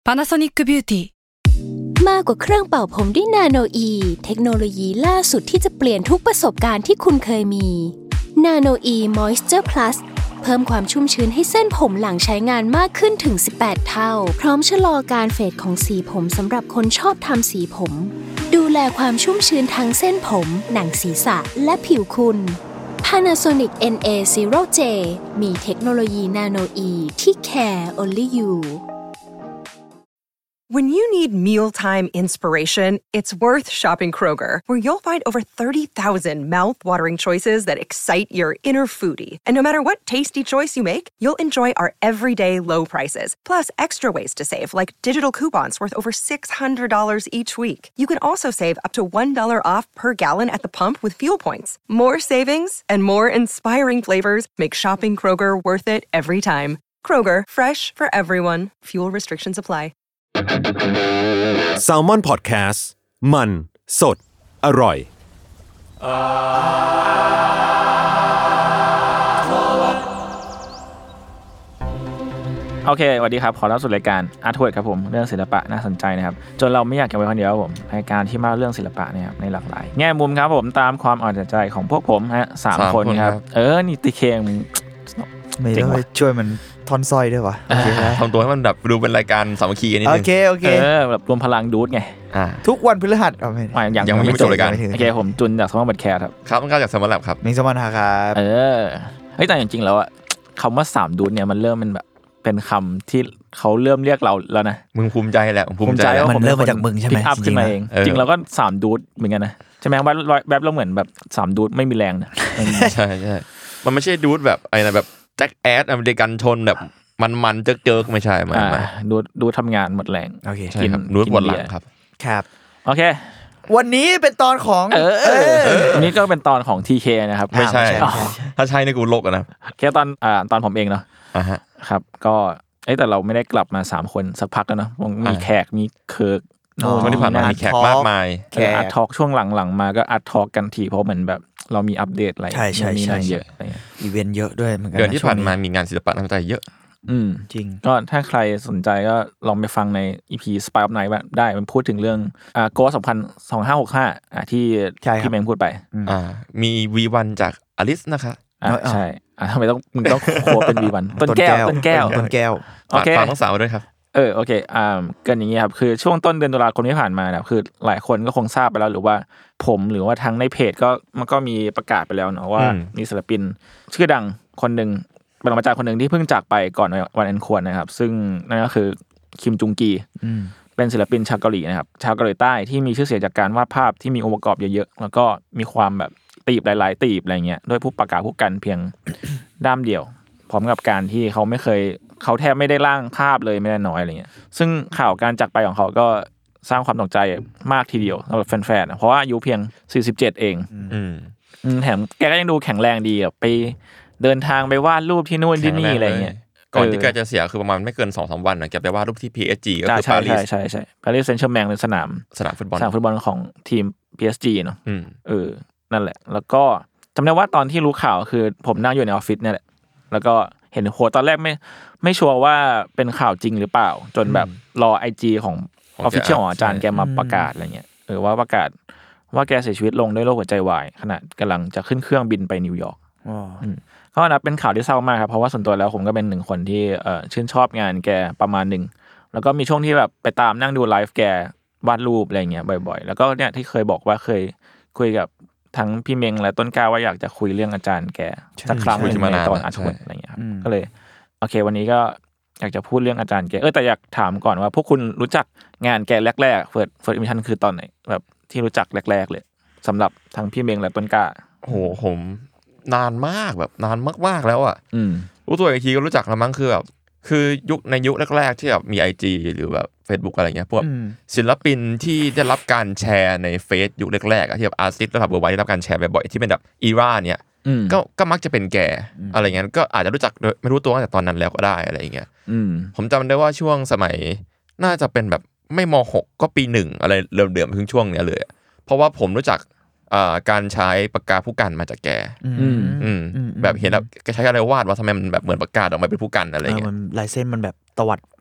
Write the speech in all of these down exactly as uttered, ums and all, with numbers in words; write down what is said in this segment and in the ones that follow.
Panasonic Beauty มากกว่าเครื่องเป่าผมด้วยนาโนอีเทคโนโลยีล่าสุดที่จะเปลี่ยนทุกประสบการณ์ที่คุณเคยมีนาโนอีมอยส์เจอร์พลัสเพิ่มความชุ่มชื้นให้เส้นผมหลังใช้งานมากขึ้นถึงสิบแปดเท่าพร้อมชะลอการเฟดของสีผมสำหรับคนชอบทำสีผมดูแลความชุ่มชื้นทั้งเส้นผมหนังศีรษะและผิวคุณ Panasonic เอ็น เอ ศูนย์ เจ มีเทคโนโลยีนาโนอีที่ care only you When you need mealtime inspiration, it's worth shopping Kroger, where you'll find over thirty thousand mouth-watering choices that excite your inner foodie. And no matter what tasty choice you make, you'll enjoy our everyday low prices, plus extra ways to save, like digital coupons worth over six hundred dollars each week. You can also save up to one dollar off per gallon at the pump with fuel points. More savings and more inspiring flavors make shopping Kroger worth it every time. Kroger, fresh for everyone. Fuel restrictions apply. Salmon Podcast มันสดอร่อยโอเคสวัสดีครับขอรับสู่รายการ Art Word ครับผมเรื่องศิลปะน่าสนใจนะครับจนเราไม่อยากเก็บไว้คนเดียวครับผมรายการที่มาเรื่องศิลปะเนี่ยครับในหลากหลายแง่มุมครับผมตามความเอาใจของพวกผมฮะสามคนครับเออนี่ติเคมึงไม่ได้ช่วยมันท่อนสร้อยด้วยวะโอเคนะทำตัวให้มันแบบดูเป็นรายการสามัคคีกันนิดนึงโอเคโอเคเออแบบรวมพลังดูดไงอ่าทุกวันพฤหัสเอาไม่ยังยังไม่จบรายการโอเคผมจุนจากสมบัติแคร์ครับครับต้องการจากสมบัติแลบครับมิงสมบัติครับเออเฮ้ยแต่จริงๆแล้วอะคำว่าสามดูดเนี่ยมันเริ่มเป็นแบบเป็นคำที่เขาเริ่มเรียกเราแล้วนะมึงภูมิใจแหละภูมิใจมันเริ่มมาจากมึงใช่ไหมอัพขึ้นมาเองจริงเราก็สามดูดเหมือนกันนะใช่ไหมว่าแบบเราเหมือนแบบสามดูดไม่มีแรงนะใช่ใช่มันไม่ใช่ดูดแบบไอ้นะแบบแจ็คแอดอเมริกันชนแบบมันๆเจิกๆไม่ใช่มันดูดูทำงานหมดแรงโอเคใช่ครับดูปวดหลังครับครับโอเควันนี้เป็นตอนของเออวันนี้ก็เป็นตอนของ ที เค นะครับไม่ใช่ถ้าใช่นี่กูโลกอ่ะนะแค่ตอนอ่าตอนผมเองเนาะอ่าฮะครับก็เอ้แต่เราไม่ได้กลับมาสามคนสักพักแล้วเนาะมีแขกมีเคิร์กโอ้ที่ผ่านมามีแขกมากมายแขกอาร์ตทอล์กช่วงหลังๆมาก็อาร์ตทอล์กกันทีเพราะเหมือนแบบเรามีอัปเดตอะไรมีงานเยอะอีเวนต์เยอะด้วยเหมือนกันเดือนที่ผ่านมามีงานศิลปะน่าสนใจเยอะอืมจริงก็ถ้าใครสนใจก็ลองไปฟังใน อี พี Spy of Night ได้มันพูดถึงเรื่องอ่าโกสสองพันห้าร้อยหกสิบห้าอ่าที่ที่เมงพูดไปอ่ามี วี วัน จากอลิสนะคะอ่าใช่อ่าทำไมต้องมึงต้องโคเป็น วี วัน ต้นแก้วต้นแก้วต้นแก้วโอเคฟังทั้งสาวด้วยครับเออโอเคอ่ากันอย่างงี้ครับคือช่วงต้นเดือนตุลาคมที่ผ่านมาเนี่ยคือหลายคนก็คงทราบไปแล้วหรือว่าผมหรือว่าทั้งในเพจก็มันก็มีประกาศไปแล้วเนาะว่ามีศิลปินชื่อดังคนนึงปรมาจารย์คนหนึ่งที่เพิ่งจากไปก่อนวันอันควรนะครับซึ่งนั่นก็คือคิมจุงกีเป็นศิลปินชาวเกาหลีนะครับชาวเกาหลีใต้ที่มีชื่อเสียงจากการวาดภาพที่มีองค์ประกอบเยอะๆแล้วก็มีความแบบตีบหลายๆตีบอะไรเงี้ยด้วยผู้ประกาศผู้กันเพียงด้ามเดียวพร้อมกับการที่เขาไม่เคยเขาแทบไม่ได้ร่างภาพเลยไม่ได้น้อยอะไรเงี้ยซึ่งข่าวการจากไปของเขาก็สร้างความตกใจมากทีเดียวสำหรับแฟนๆเพราะว่าอายุเพียงสี่สิบเจ็ดเองแถมแกก็ยังดูแข็งแรงดีอ่ะไปเดินทางไปวาดรูปที่นู่นที่นี่อะไรเงี้ยก่อนที่แกจะเสียคือประมาณไม่เกิน สองถึงสาม วันน่ะแกไปวาดรูปที่ พี เอส จี ก็คือปารีสใช่ๆๆปารีสเซนต์แชร์แมงในสนามสนามฟุตบอลสนามฟุตบอลของทีม พี เอส จี เนาะเออนั่นแหละแล้วก็จำได้ว่าตอนที่รู้ข่าวคือผมนั่งอยู่ในออฟฟิศเนี่ยแหละแล้วก็เห็นโหตอนแรกไม่ไม่ชัวร์ว่าเป็นข่าวจริงหรือเปล่าจนแบบรอ ไอ จี ของ Official ของอาจารย์แกมาประกาศอะไรเงี้ยเออว่าประกาศว่าแกเสียชีวิตลงด้วยโรคหัวใจวายขณะกำลังจะขึ้นเครื่องบินไปนิวยอร์กอ๋อก็นับเป็นข่าวที่เศร้ามากครับเพราะว่าส่วนตัวแล้วผมก็เป็นหนึ่งคนที่เอ่อชื่นชอบงานแกประมาณนึงแล้วก็มีช่วงที่แบบไปตามนั่งดูไลฟ์แกวาดรูปอะไรเงี้ยบ่อยๆแล้วก็เนี่ยที่เคยบอกว่าเคยคุยกับทั้งพี่เมงและต้นกล้าว่าอยากจะคุยเรื่องอาจารย์แกสักครั้งนึงในตอนอาร์ตเวิร์ดอะไรเงี้ยก็เลยโอเควันนี้ก็อยากจะพูดเรื่องอาจารย์แกเออแต่อยากถามก่อนว่าพวกคุณรู้จักงานแกแรกๆเฟิร์สเฟิร์สอิมเพรสชั่นคือตอนไหนแบบที่รู้จักแรกๆเลยสำหรับทั้งพี่เมงและต้นกล้าโอ้โหผมนานมากแบบนานมากๆแล้วอ่ะรู้ตัวอีกทีก็รู้จักแล้วมั้งคือแบบคือยุคในยุคแรกๆที่แบบมี ไอ จี หรือแบบ Facebook อะไรเงี้ยพวกศิลปินที่ได้รับการแชร์ในเฟซยุคแรกๆอ่ะที่แบบอาร์ติสต์ระดับเวอร์ไวด์ได้รับการแชร์บ่อยๆที่เป็นแบบอีราเนี่ยก็ก็มักจะเป็นแกอะไรเงี้ยก็อาจจะรู้จักไม่รู้ตัวตั้งแต่ตอนนั้นแล้วก็ได้อะไรเงี้ยผมจำได้ว่าช่วงสมัยน่าจะเป็นแบบไม่ม.หก ก็ปีหนึ่งอะไรเริ่มๆถึงช่วงเนี้ยเลยเพราะว่าผมรู้จักการใช้ปากกาผู้กันมาจากแกแบบเห็นแล้วแกใช้อะไรวาดว่าทำไมมันแบบเหมือนปากกาออกมาเป็นผู้กันอะไรเงี้ยมันลายเส้นมันแบบตวัด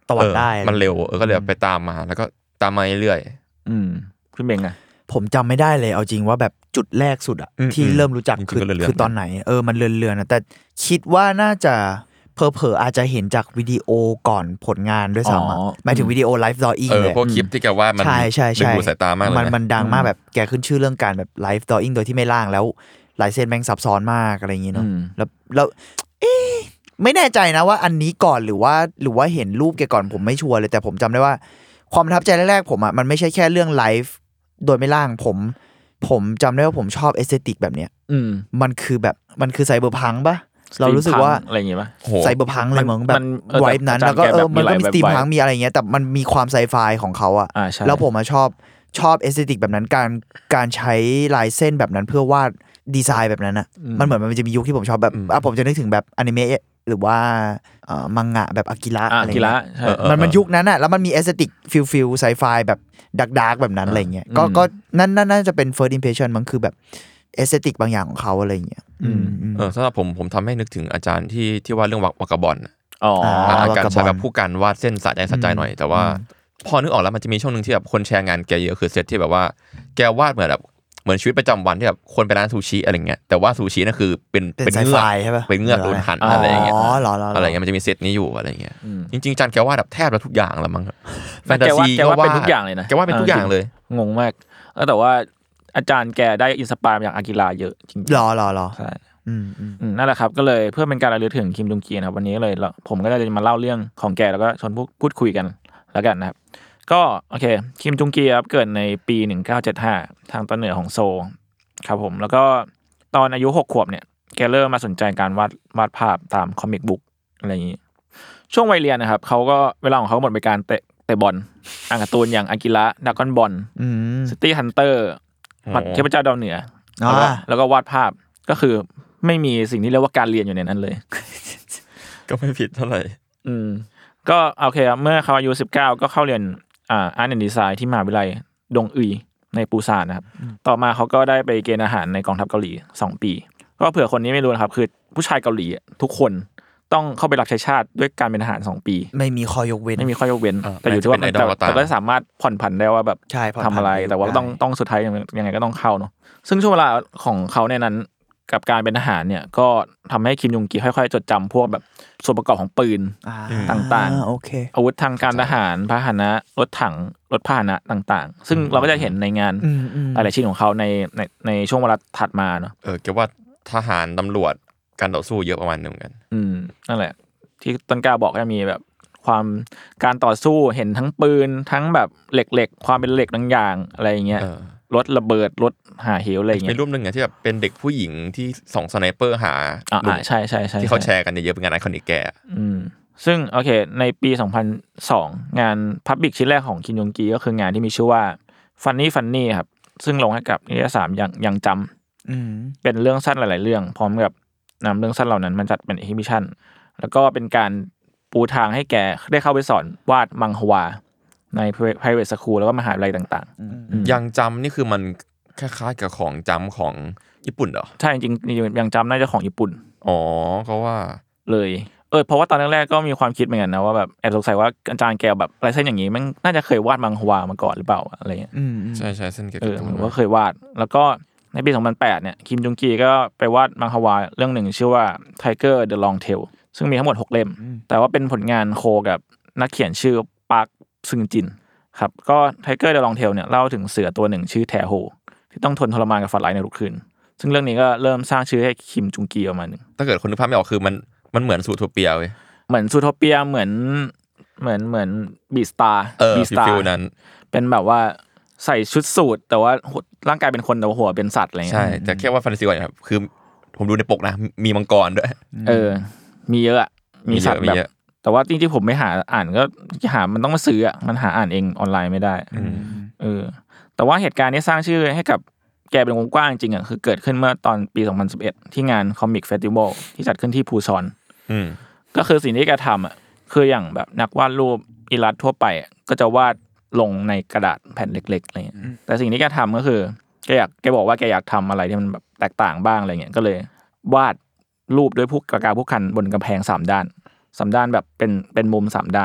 ตวัดได้มันเร็วเออก็เลยไปตามมาแล้วก็ตามมาเรื่อยๆอืมพี่เบงอ่ะผมจำไม่ได้เลยเอาจริงว่าแบบจุดแรกสุดอะที่เริ่มรู้จักคือคือตอนไหนเออมันเลือนๆนะแต่คิดว่าน่าจะเพอเพออาจจะเห็นจากวิดีโอก่อนผลงานด้วยซ้ำหมายถึงวิดีโอไลฟ์ดออิ่งเลยพวกคลิปที่แกว่ามันดึงดูดสายตามากเลยมันมันดังมากแบบแกขึ้นชื่อเรื่องการแบบไลฟ์ดออิ่งโดยที่ไม่ล่างแล้วลายเส้นแม่งซับซ้อนมากอะไรอย่างงี้เนาะแล้วแล้วเอ๊ะไม่แน่ใจนะว่าอันนี้ก่อนหรือว่าหรือว่าเห็นรูปแกก่อนผมไม่ชัวร์เลยแต่ผมจำได้ว่าความประทับใจแรกๆผมอะมันไม่ใช่แค่เรื่องไลฟ์โดยไม่ล่างผมผมจำได้ว่าผมชอบเอสเธติกแบบเนี้ยมันคือแบบมันคือไซเบอร์พังป่ะเรารู้สึกว่าอะไรอย่างงี้ป่ะไซเบอร์พังอะไรเหมือนแบบไวบ์นั้นแล้วก็เออมันก็มีสตีมพังมีอะไรอย่างเงี้ยแต่มันมีความไซไฟของเขาอะแล้วผมอะชอบชอบเอสเธติกแบบนั้นการการใช้ลายเส้นแบบนั้นเพื่อวาดดีไซน์แบบนั้นอะมันเหมือนมันจะมียุคที่ผมชอบแบบอ่ะผมจะนึกถึงแบบอนิเมะหรือว่าเอ่อมังงะแบบอากิระอะไรเงี้ยมันมันยุคนั้นอะแล้วมันมีเอสเธติกฟิลฟิลไซไฟแบบดาร์กๆแบบนั้นอะไรเงี้ยก็ก็นั่นน่าจะเป็น first impression มันคือแบบเอสเธติกบางอย่างของเขาอะไรเงี้ยเออสำหรับผมผมทำให้นึกถึงอาจารย์ที่ที่วาดเรื่องวากาบอลอ๋อการใช้แบบผู้กันวาดเส้นสะใจสะใจหน่อยแต่ว่าพอนึกออกแล้วมันจะมีช่วงนึงที่แบบคนแชร์งานแกเยอะคือเซตที่แบบว่าแกวาดเหมือนแบบเหมือนชีวิตประจำวันที่แบบคนไปร้านซูชิอะไรเงี้ยแต่ว่าซูชินั่นคือเป็นเป็นเงือกใช่ป่ะเป็นเงือกโดนหั่นอะไรอย่างเงี้ยอ๋ออะไรเงี้ยมันจะมีเซตนี้อยู่อะไรเงี้ยจริงๆจันแกวาดแบบแทบจะทุกอย่างแล้วมั้งแฟนตาซีแกวาดเป็นทุกอย่างเลยนะแกวาดเป็นทุกอย่างเลยงงมากแต่ว่าอาจารย์แกได้อินสปายมาจากอากิระเยอะจริงๆรอรอรอใช่นั่นแหละครับก็เลยเพื่อเป็นการระลึกถึงคิมจุงกีนะครับวันนี้เลยผมก็จะมาเล่าเรื่องของแกแล้วก็ชวนพูดคุยกันแล้วกันนะครับก็โอเคคิมจุงกีครับเกิดในปีหนึ่งเก้าเจ็ดห้าทางตอนเหนือของโซลครับผมแล้วก็ตอนอายุหกขวบเนี่ยแกเริ่มมาสนใจการวาดวาดภาพตามคอมิกบุ๊กอะไรอย่างนี้ช่วงวัยเรียนนะครับเขาก็เวลาของเขาหมดไปการเตะเตะบอลอ่านการ์ตูนอย่างอากิระดราก้อนบอลซิตี้ฮันเตอร์เทพเจ้าดาวเหนือแล้วก็วาดภาพก็คือไม่มีสิ่งที่เรียกว่าการเรียนอยู่ในนั้นเลยก็ไม่ผิดเท่าไหร่อืมก็โอเคครับเมื่อเขาอายุสิบเก้าก็เข้าเรียนอ่าอาร์ตแอนด์ดีไซน์ที่มหาวิทยาลัยดงอึยในปูซานนะครับต่อมาเขาก็ได้ไปเกณฑ์อาหารในกองทัพเกาหลีสองปีก็เผื่อคนนี้ไม่รู้นะครับคือผู้ชายเกาหลีทุกคนต้องเข้าไปรับใช้ชาติด้วยการเป็นทหารสองปีไม่มีข้อยกเว้นไม่มีข้อยกเว้นแต่อยู่ที่ว่าแต่ก็สามารถผ่อนผันได้ว่าแบบทำอะไรแต่ว่าต้องต้องสุดท้ายยังไงก็ต้องเข้าเนาะซึ่งช่วงเวลาของเขาในนั้นกับการเป็นทหารเนี่ยก็ทำให้คิมยงกีค่อยๆจดจำพวกแบบส่วนประกอบของปืนต่างๆอาวุธทางการทหารพาหนะรถถังรถพาหนะต่างๆซึ่งเราก็จะเห็นในงานอะไรชิ้นของเขาในในในช่วงเวลาถัดมาเนาะเออเกี่ยวว่าทหารตำรวจการต่อสู้เยอะประมาณนึงเหมือนกันอืมนั่นแหละที่ต้นกล้าบอกก็มีแบบความการต่อสู้เห็นทั้งปืนทั้งแบบเหล็กๆความเป็นเหล็กบางอย่างอะไรอย่างเงี้ยรถระเบิดรถหาเหวอะไรอย่างเงี้ยเป็นรูปนึงอ่ะที่แบบเป็นเด็กผู้หญิงที่ส่องสไนเปอร์หาอ่าใช่ๆๆที่เขาแชร์กันเยอะๆเป็นงานไอคอนิกแกอืมซึ่งโอเคในปีสองพันสองงานพับลิกชิ้นแรกของคิมยงกีก็คืองานที่มีชื่อว่า Funny Funny ครับซึ่งลงให้กับนิตยสารยังยังจำเป็นเรื่องสั้นหลายๆเรื่องพร้อมกับนำเรื่องสั้นเหล่านั้นมาจัดเป็น exhibition แล้วก็เป็นการปูทางให้แกได้เข้าไปสอนวาดมังฮวาใน private school แล้วก็มหาวิทยาลัยต่างๆยังจำนี่คือมันคล้ายๆกับของจำของญี่ปุ่นเหรอใช่จริงๆยังจำน่าจะของญี่ปุ่นอ๋อก็ว่าเลยเออเพราะว่าตอนแรกๆก็มีความคิดเหมือนกันนะว่าแบบแอบสงสัยว่าอาจารย์แกแบบลายเส้นอย่างนี้มันน่าจะเคยวาดมังฮวามาก่อนหรือเปล่าอะไรเงี้ยใช่ๆเส้นเกี่ยวกับผมว่าเคยวาดแล้วก็ในปีสองพันแปดเนี่ยคิมจุงกีก็ไปวาดมังฮวาเรื่องหนึ่งชื่อว่า Tiger the Long Tail ซึ่งมีทั้งหมดหกเล่มแต่ว่าเป็นผลงานโคกับนักเขียนชื่อปาร์คซึงจินครับก็ Tiger the Long Tail เนี่ยเล่าถึงเสือตัวหนึ่งชื่อแทโฮที่ต้องทนทรมานกับฝันร้ายในทุกคืนซึ่งเรื่องนี้ก็เริ่มสร้างชื่อให้คิมจุงกีออกมาหนึ่งถ้าเกิดคนนึกภาพไม่ออกคือมันมันเหมือนซูโทเปียเว้ยเหมือนซูโทเปียเหมือนเหมือนเหมือนบีสตาร์บีสตาร์นั้นเป็นแบบว่าใส่ชุดสูทแต่ว่าร่างกายเป็นคนแต่หัวเป็นสัตว์อะไรเงี้ยใช่แต่แค่ว่าแฟนตาซีก่อนครับคือผมดูในปกนะมีมังกรด้วยเออมีเยอะมีสัตว์แบบแต่ว่าจริงๆผมไม่หาอ่านก็หามันต้องมาซื้ออ่ะมันหาอ่านเองออนไลน์ไม่ได้เออแต่ว่าเหตุการณ์นี้สร้างชื่อให้กับแกเป็นวงกว้างจริงอ่ะคือเกิดขึ้นเมื่อตอนปีสองพันสิบเอ็ดที่งานคอมิกเฟสติวัลที่จัดขึ้นที่ปูซอนก็คือสิ่งที่แกทำอ่ะคืออย่างแบบนักวาดรูปอิลัสทั่วไปก็จะวาดลงในกระดาษแผ่นเล็กๆอะไรเงี้ยแต่สิ่งที่แกทำก็คือแกอยากแกบอกว่าแกอยากทำอะไรที่มันแบบแตกต่างบ้างอะไรเงี้ยก็เลยวาดรูปด้วยพวกกระกาพวกคันบนกำแพงสามด้านสามด้านแบบเป็นเป็นมุมสามด้าน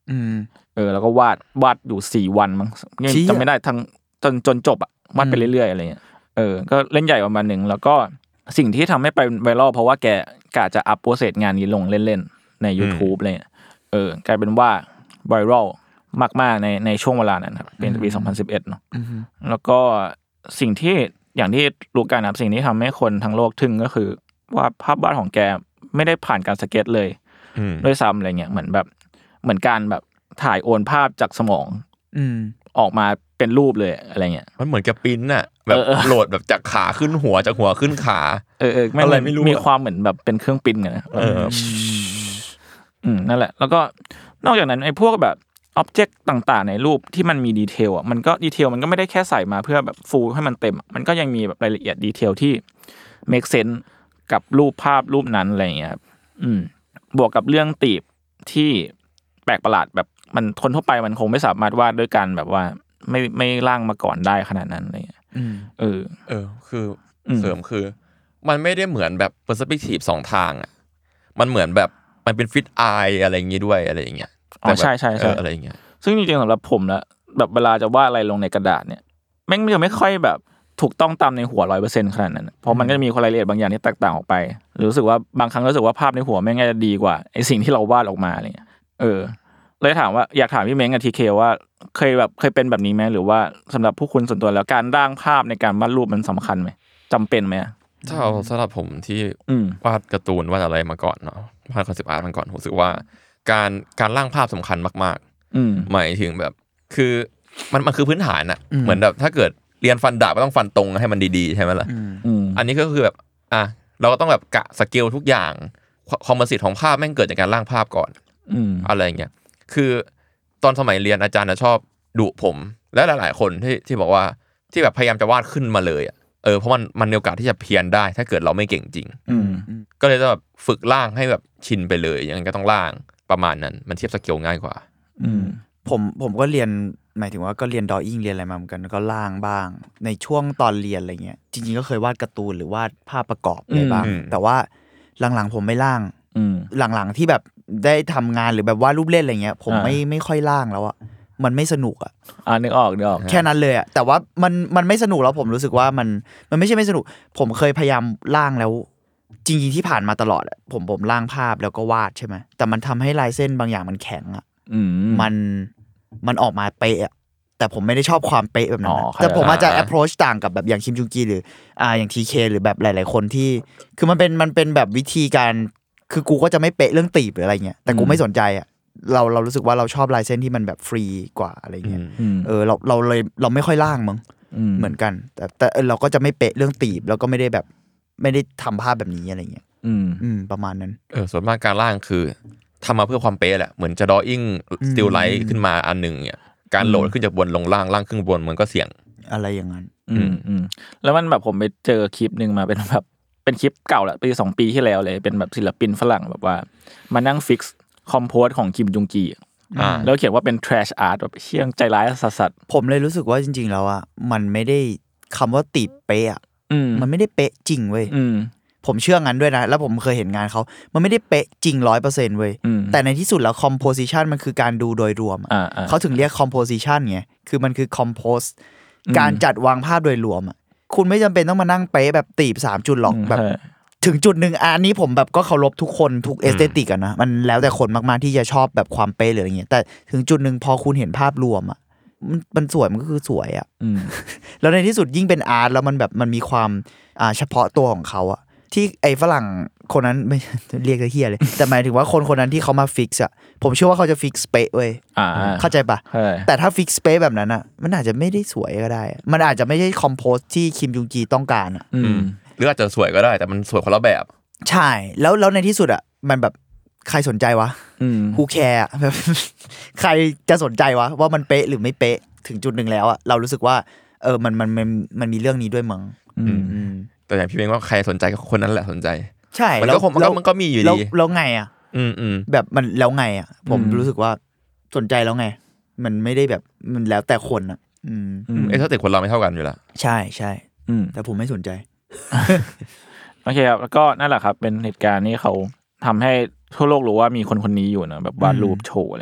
อืมเออแล้วก็วาดวาดอยู่สี่วันมั้งจำไม่ได้ทั้งจนจนจบอ่ะวาดไปเรื่อยๆอะไรเงี้ยเออก็เล่นใหญ่ประมาณนึงแล้วก็สิ่งที่ทำให้ไปไวรัลเพราะว่าแกกะจะอัพโปรเซสงานนี้ลงเล่นๆใน YouTube อะไรเงี้ยเออกลายเป็นว่าไวรัลมากๆในในช่วงเวลานั้นครับเป็นปีสองพันสิบเอ็ดเนาะแล้วก็สิ่งที่อย่างที่รู้กันนะสิ่งที่ทำให้คนทั้งโลกทึ่งก็คือว่าภาพวาดของแกไม่ได้ผ่านการสเก็ตเลยด้วยซ้ำอะไรเงี้ยเหมือนแบบเหมือนการแบบถ่ายโอนภาพจากสมองออกมาเป็นรูปเลยอะไรเงี้ยมันเหมือนกับปิ้นน่ะแบบโหลดแบบจากขาขึ้นหัวจากหัวขึ้นขาเออๆอะไรไม่รู้มีความเหมือนแบบเป็นเครื่องปิ้นกันนะเอออืมนั่นแหละแล้วก็นอกจากนั้นไอ้พวกแบบอ็อบเจกต์ต่างๆในรูปที่มันมีดีเทลอ่ะมันก็ดีเทลมันก็ไม่ได้แค่ใส่มาเพื่อแบบฟูลให้มันเต็มมันก็ยังมีแบบรายละเอียดดีเทลที่ make sense กับรูปภาพรูปนั้นอะไรอย่างเงี้ยครับอืมบวกกับเรื่องตีบที่แปลกประหลาดแบบมันคนทั่วไปมันคงไม่สามารถวาดด้วยกันแบบว่าไม่ไม่ร่างมาก่อนได้ขนาดนั้นอะไรเงี้ยเออเออคือเสริมคือมันไม่ได้เหมือนแบบ perspective สองทางอ่ะมันเหมือนแบบมันเป็นฟิตไออะไรอย่างงี้ด้วยอะไรอย่างเงี้ยอ๋อใช่ใช่ใช่อะไรอย่างเงี้ยซึ่งจริงๆสำหรับผมแล้วแบบเวลาจะวาดอะไรลงในกระดาษเนี่ยแม่งจะไม่ค่อยแบบถูกต้องตามในหัว ร้อยเปอร์เซ็นต์ ขนาดนั้นเพราะมันก็จะมีรายละเอียดบางอย่างที่แตกต่างออกไปรู้สึกว่าบางครั้งรู้สึกว่าภาพในหัวแม่งจะดีกว่าไอ้สิ่งที่เราวาดออกมาอะไรเงี้ยเออเลยถามว่าอยากถามพี่เม้งกับทีเคว่าเคยแบบเคยเป็นแบบนี้ไหมหรือว่าสำหรับผู้คุณส่วนตัวแล้วการร่างภาพในการวาดรูปมันสำคัญไหมจำเป็นไหมถ้าเอาสำหรับผมที่วาดการ์ตูนวาดอะไรมาก่อนเนาะวาดคอนเซปต์อาร์ตมาก่อนรู้สึกว่าการการร่างภาพสำคัญมากๆหมายถึงแบบคือมันมันคือพื้นฐานอะเหมือนแบบถ้าเกิดเรียนฟันดาบก็ต้องฟันตรงให้มันดีๆใช่ไหมล่ะอันนี้ก็คือแบบอ่ะเราก็ต้องแบบกะสเกลทุกอย่างคอมโพสิตของภาพแม่งเกิดจากการร่างภาพก่อนอะไรอย่างเงี้ยคือตอนสมัยเรียนอาจารย์ชอบดุผมและหลายๆคนที่ที่บอกว่าที่แบบพยายามจะวาดขึ้นมาเลยอ่ะเออเพราะมันมันมีโอกาสที่จะเพี้ยนได้ถ้าเกิดเราไม่เก่งจริงก็เลยจะแบบฝึกร่างให้แบบชินไปเลยอย่างนั้นก็ต้องร่างประมาณนั้นมันเทียบสเกลง่ายกว่าผมผมก็เรียนหมายถึงว่าก็เรียนดรออิ่งเรียนอะไรมาเหมือนกันก็ร่างบ้างในช่วงตอนเรียนอะไรเงี้ยจริงๆก็เคยวาดการ์ตูนหรือวาดภาพประกอบอะไรบ้างแต่ว่าหลังๆผมไม่ร่างหลังๆที่แบบได้ทำงานหรือแบบวาดรูปเล่นอะไรเงี้ยผมไม่ไม่ค่อยร่างแล้วอะมันไม่สนุกอะอ่านึกออกนึกออกแค่นั้นเลยอะแต่ว่ามันมันไม่สนุกแล้วผมรู้สึกว่ามันมันไม่ใช่ไม่สนุกผมเคยพยายามร่างแล้วจริงๆที่ผ่านมาตลอดอะผมผมร่างภาพแล้วก็วาดใช่ไหมแต่มันทำให้ลายเส้นบางอย่างมันแข็งอะมันมันออกมาเป๊ะแต่ผมไม่ได้ชอบความเป๊ะแบบนั้นแต่ผมอาจจะ approach ต่างกับแบบอย่างคิมจุงกีหรืออ่าอย่าง ที เค หรือแบบหลายๆคนที่คือมันเป็นมันเป็นแบบวิธีการคือกูก็จะไม่เป๊ะเรื่องตีบหรืออะไรเงี้ยแต่กูไม่สนใจอ่ะเราเรารู้สึกว่าเราชอบลายเส้นที่มันแบบฟรีกว่าอะไรเงี้ยเออเราเราเลยเราไม่ค่อยล่างมั้งเหมือนกันแต่แต่เราก็จะไม่เป๊ะเรื่องตีบแล้วก็ไม่ได้แบบไม่ได้ทำภาพแบบนี้อะไรเงี้ยอืมอืมประมาณนั้นเออส่วนมากการล่างคือทำมาเพื่อความเป๊ะแหละเหมือนจะดรออิ่งสติลไลท์ขึ้นมาอันหนึ่งเนี่ยการโหลดขึ้นจากบนลงล่างล่างขึ้นบนมันก็เสี่ยงอะไรอย่างนั้นอืมอืมแล้วมันแบบผมไปเจอคลิปนึงมาเป็นแบบเป็นคลิปเก่าแหละปีสองปีที่แล้วเลยเป็นแบบศิลปินฝรั่งแบบว่ามานั่งฟิกซ์คอมโพสของคิมจุงกีแล้วเขียนว่าเป็น trash art แบบเชี่ยงใจร้ายสัสๆผมเลยรู้สึกว่าจริงๆแล้วอ่ะมันไม่ได้คำว่าติดเป๊ะมันไม่ได้เป๊ะจริงเว้ยผมเชื่องั้นด้วยนะแล้วผมเคยเห็นงานเขามันไม่ได้เป๊ะจริง ร้อยเปอร์เซ็นต์ เว้ยแต่ในที่สุดแล้ว composition มันคือการดูโดยรวมเขาถึงเรียก composition ไงคือมันคือ compose การจัดวางภาพโดยรวมอ่ะคุณไม่จำเป็นต้องมานั่งเป๊ะแบบตีบสามจุดหรอกแบบถึงจุดนึงอันนี้ผมแบบก็เคารพทุกคนทุกเอสเธติกอ่ะนะมันแล้วแต่คนมากๆที่จะชอบแบบความเป๊ะหรืออะไรเงี้ยแต่ถึงจุดนึงพอคุณเห็นภาพรวมอ่ะมันมันสวยมันก็คือสวยอ่ะแล้วในที่สุดยิ่งเป็นอาร์ตแล้วมันแบบมันมีความอ่าเฉพาะตัวของเขาอ่ะที่ไอ้ฝรั่งคนนั้นไม่เรียกเหี้ยเลยแต่หมายถึงว่าคนคนนั้นที่เขามาฟิกซ์อ่ะผมเชื่อว่าเขาจะฟิกซ์เป๊ะเว้ยเข้าใจปะแต่ถ้าฟิกซ์เป๊ะแบบนั้นอ่ะมันอาจจะไม่ได้สวยก็ได้มันอาจจะไม่ใช่คอมโพสที่คิมจุงกีต้องการอ่ะหรืออาจจะสวยก็ได้แต่มันสวยคนละแบบใช่แล้วแล้วในที่สุดอ่ะมันแบบใครสนใจวะฮูแคร์แบบใครจะสนใจวะว่ามันเป๊ะหรือไม่เป๊ะถึงจุดนึงแล้วอ่ะเรารู้สึกว่าเออมันมันมันมันมีเรื่องนี้ด้วยมั้งแต่อย่างพี่เม้งว่าใครสนใจก็คนนั้นแหละสนใจใช่มันก็คงมันก็มันก็มีอยู่ดีแล้วไงอ่ะอืมอืมแบบมันแล้วไงอ่ะผมรู้สึกว่าสนใจแล้วไงมันไม่ได้แบบมันแล้วแต่คนอ่ะอืมเอสเธอติกคนเราไม่เท่ากันอยู่แล้วใช่ใช่แต่ผมไม่สนใจโอเคครับแล้วก็นั่นแหละครับเป็นเหตุการณ์นี้เขาทำให้ทั่วโลกรู้ว่ามีคนคนนี้อยู่นะแบบวาดรูปโชว์อะไรเงี้ย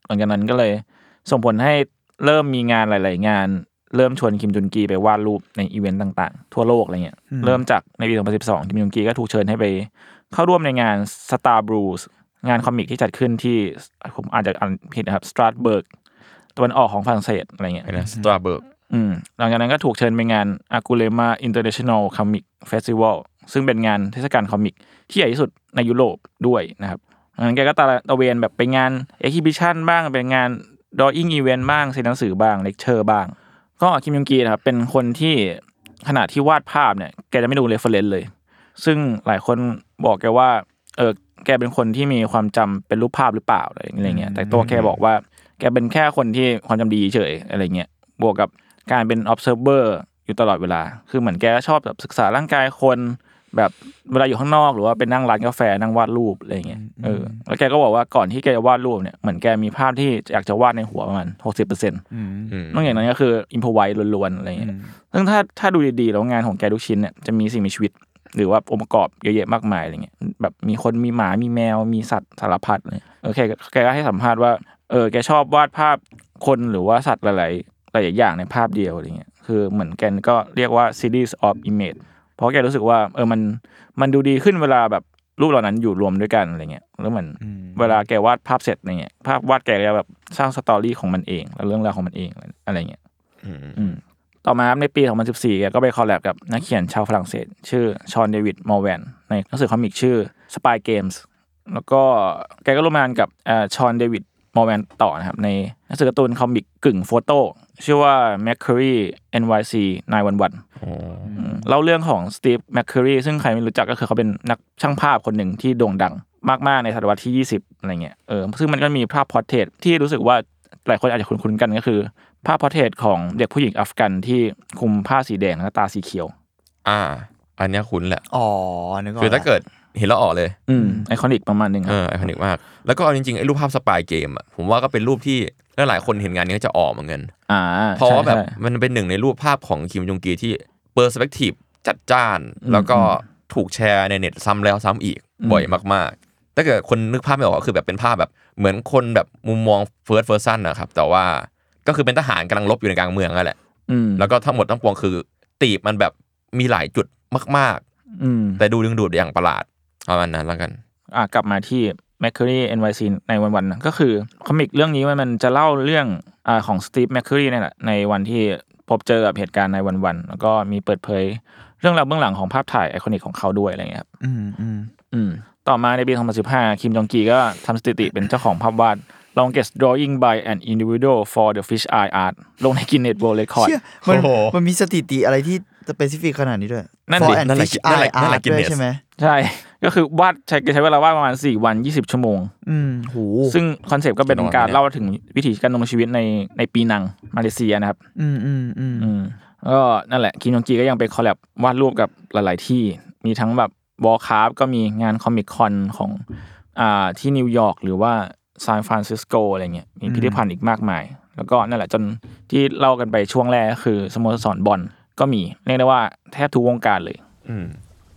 หลังจากนั้นก็เลยส่งผลให้เริ่มมีงานหลายๆงานเริ่มชวนคิมจุนกีไปวาดรูปในอีเวนต์ต่างๆทั่วโลกอะไรเงี้ยเริ่มจากในปีสองพันสิบสองคิมจุนกีก็ถูกเชิญให้ไปเข้าร่วมในงาน Star Blues งานคอมิกที่จัดขึ้นที่ผมอาจจะอ่านผิดนะครับสตราสเบิร์กตะวันออกของฝรั่งเศสอะไรเงี้ยสตราสเบิร์กอืมหลังจากนั้นก็ถูกเชิญไปงาน Angulema International Comic Festival ซึ่งเป็นงานเทศกาลคอมิกที่ใหญ่ที่สุดในยุโรปด้วยนะครับงั้นแกก็ตะเวนแบบไปงาน exhibition บ้างเป็นงาน drawing event บ้างเซ็นหนังสือบ้าง lecture บ้างก็คิมยองกีนะครับเป็นคนที่ขณะที่วาดภาพเนี่ยแกจะไม่ดู reference เลยซึ่งหลายคนบอกแกว่าเออแกเป็นคนที่มีความจำเป็นรูปภาพหรือเปล่าอะไรอย่างเงี้ยแต่ตัวแกบอกว่าแกเป็นแค่คนที่ความจำดีเฉยอะไรเงี้ยบวกกับการเป็น observer อยู่ตลอดเวลาคือเหมือนแกชอบแบบศึกษาร่างกายคนแบบเวลาอยู่ข้างนอกหรือว่าเป็นนั่งร้านกาแฟนั่งวาดรูปอะไรเงี้ยเออแล้วแกก็บอกว่าก่อนที่แกจะวาดรูปเนี่ยเหมือนแกมีภาพที่อยากจะวาดในหัวประมาณ หกสิบเปอร์เซ็นต์ อืมนอกจากนั้นก็คืออิมพอไวส์ล้วนๆอะไรเงี้ยซึ่งถ้าถ้าดูดีๆแล้วงานของแกทุกชิ้นเนี่ยจะมีสิ่งมีชีวิตหรือว่าองค์ประกอบเยอะแยะมากมายอะไรเงี้ยแบบมีคนมีหมามีแมวมีสัตว์สารพัดเลยเออแกแกก็ให้สัมภาษณ์ว่าเออแกชอบวาดภาพคนหรือว่าสัตว์หลายๆหลายอย่างในภาพเดียวอะไรเงี้ยคือเหมือนแกก็เรียกว่า series of image เพราะแกรู้สึกว่าเออมันมันดูดีขึ้นเวลาแบบรูปเหล่านั้นอยู่รวมด้วยกันอะไรเงี้ยแล้วเหมือนเวลาแกวาดภาพเสร็จอะไรเงี้ยภาพวาดแกจะแบบสร้างสตอรี่ของมันเองแล้วเรื่องราวของมันเองอะไรเงี้ยอืมต่อมาในปีสองพันสิบสี่แกก็ไปคอลแลบกับนักเขียนชาวฝรั่งเศสชื่อชอนเดวิดมอร์แวนในหนังสือคอมิกชื่อ Spy Games แล้วก็แกก็ร่วมงานกับเอ่อชอนเดวิดมอร์แวนต่อนะครับในหนังสือการ์ตูนคอมิกกึ่งโฟโต้ชื่อว่า Mercury เอ็น วาย ซี ไนน์วันวันอ๋อเล่าเรื่องของสตีฟแมคเคอรีซึ่งใครไม่รู้จักก็คือเขาเป็นนักช่างภาพคนหนึ่งที่โด่งดังมากๆในศตวรรษที่ยี่สิบอะไรเงี้ยเออซึ่งมันก็มีภาพพอร์เทรตที่รู้สึกว่าหลายคนอาจจะคุ้นๆกันก็คือภาพพอร์เทรตของเด็กผู้หญิงอัฟกันที่คุมผ้าสีแดงแล้วตาสีเขียวอ่าอันนี้คุ้นแหละอ๋อนึกออกคือถ้าเกิดเห็นแล้วออกเลยอืมไอคอนิกประมาณนึงเออไอคอนิกมากแล้วก็เอาจริงๆไอ้รูปภาพสปายเกมอ่ะผมว่าก็เป็นรูปที่หลายคนเห็นงานนี้ก็จะออกเหมือนกันอ่าเพราะว่าแบบมันเป็นหนึ่งในรูปภาพของคิมจงกีที่เปอร์สเปกทีฟจัดจ้านแล้วก็ถูกแชร์ในเน็ตซ้ำแล้วซ้ำอีกบ่อยมากๆถ้าเกิดคนนึกภาพไม่ออกก็คือแบบเป็นภาพแบบเหมือนคนแบบมุมมองเฟิร์สเฟิร์สซันนะครับแต่ว่าก็คือเป็นทหารกำลังรบอยู่ในกลางเมืองนั่นแหละแล้วก็ทั้งหมดทั้งปวงคือตีบมันแบบมีหลายจุดมากๆแต่ดูดึงดูดอย่างประหลาดประมาณนั้นแล้วกันอ่ะกลับมาที่ Mercury เอ็น วาย ซี ในวันๆก็คือคอมิกเรื่องนี้มันจะเล่าเรื่องอ่าของสตีฟแมคเคอรีนี่แหละในวันที่พบเจอกับเหตุการณ์ในวันๆแล้วก็มีเปิดเผยเรื่องราวเบื้องหลังของภาพถ่ายไอคอนิกของเขาด้วยอะไรเงี้ยครับอืมอืมอืมต่อมาในปีสองพันสิบห้าคิมจองกีก็ทำสถิติเป็นเจ้าของภาพวาด longest drawing by an individual for the fish eye art ลงใน Guinness World Record มันมันมีสถิติอะไรที่สเปซิฟิกขนาดนี้ด้วยนั่น for ดิ an fish eye art ด้วยใช่ไหมใช่ก็คือวาดใช้ใช้เวลาวาดประมาณสี่วันยี่สิบชั่วโมงอืมโหซึ่งคอนเซปต์ก็เป็นการเล่าถึงวิถีการดำเนินชีวิตในในปีนังมาเลเซียนะครับอืมอืมอืมอืมก็นั่นแหละคิมจองกีก็ยังไปคอลแลบวาดรูปกับหลายๆที่มีทั้งแบบวอลคราฟก็มีงานคอมิคคอนของอ่าที่นิวยอร์กหรือว่าซานฟรานซิสโกอะไรเงี้ยมีพิพิธภัณฑ์อีกมากมายแล้วก็นั่นแหละจนที่เล่ากันไปช่วงแรกก็คือสโมสรบอลก็มีเรียกได้ว่าแทบทุกวงการเลยอืม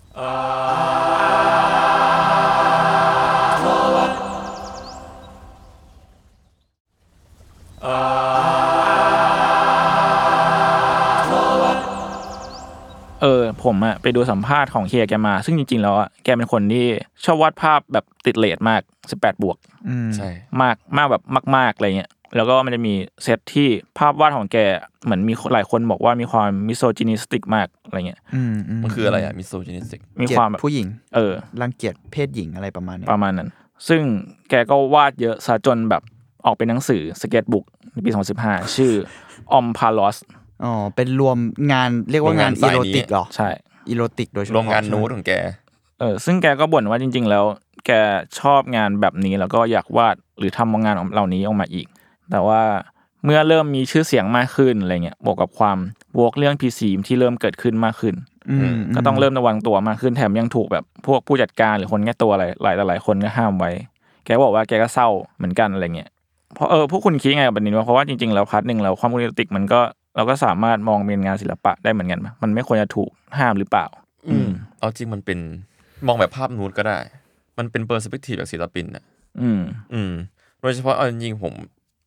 เออผมอะไปดูสัมภาษณ์ของเฮียแกมาซึ่งจริงๆแล้วอะแกเป็นคนที่ชอบวาดภาพแบบติดเรทมากสิบแปดบวกอืมใช่มากมากแบบมากๆอะไรเงี้ยแล้วก็มันจะมีเซตที่ภาพวาดของแกเหมือนมีหลายคนบอกว่ามีความมิโซจินิสติกมากอะไรเงี้ยอืมมันคืออะไรอะมิโซจินิสติกมีความแบบผู้หญิงเออรังเกียจเพศหญิงอะไรประมาณนี้ประมาณนั้นซึ่งแกก็วาดเยอะซะจนแบบออกเป็นหนังสือสเก็ตบุ๊กในปีสองพันสิบห้าชื่อออมพาลอสอ๋อเป็นรวมงานเรียกว่างานอีโรติกเหรอใช่อีโรติกโดยเฉพาะโรงงานนูดของแกเออซึ่งแกก็บ่นว่าจริงๆแล้วแกชอบงานแบบนี้แล้วก็อยากวาดหรือทำงานเหล่านี้ออกมาอีกแต่ว่าเมื่อเริ่มมีชื่อเสียงมากขึ้นอะไรเงี้ยบวกกับความโวกเรื่อง พี ซี ที่เริ่มเกิดขึ้นมากขึ้นก็ต้องเริ่มระวังตัวมากขึ้นแถมยังถูกแบบพวกผู้จัดการหรือคนแก้ตัวอะไรหลายต่อหลายคนก็ห้ามไว้แกบอกว่าแกก็เศร้าเหมือนกันอะไรเงี้ยเพราะเออพวกคุณคิดไงกับแบบนี้ว่าเพราะว่าจริงๆแล้วพาร์ทนึงแล้วความอีโรติกมันก็เราก็สามารถมองเป็นงานศิลปะได้เหมือนกันมันไม่ควรจะถูกห้ามหรือเปล่าอืมเอาจริงมันเป็นมองแบบภาพนูดก็ได้มันเป็นเปอร์สเปกทีฟแบบศิลปินอ่ะอืมอืมโดยเฉพาะเอาจริงๆผม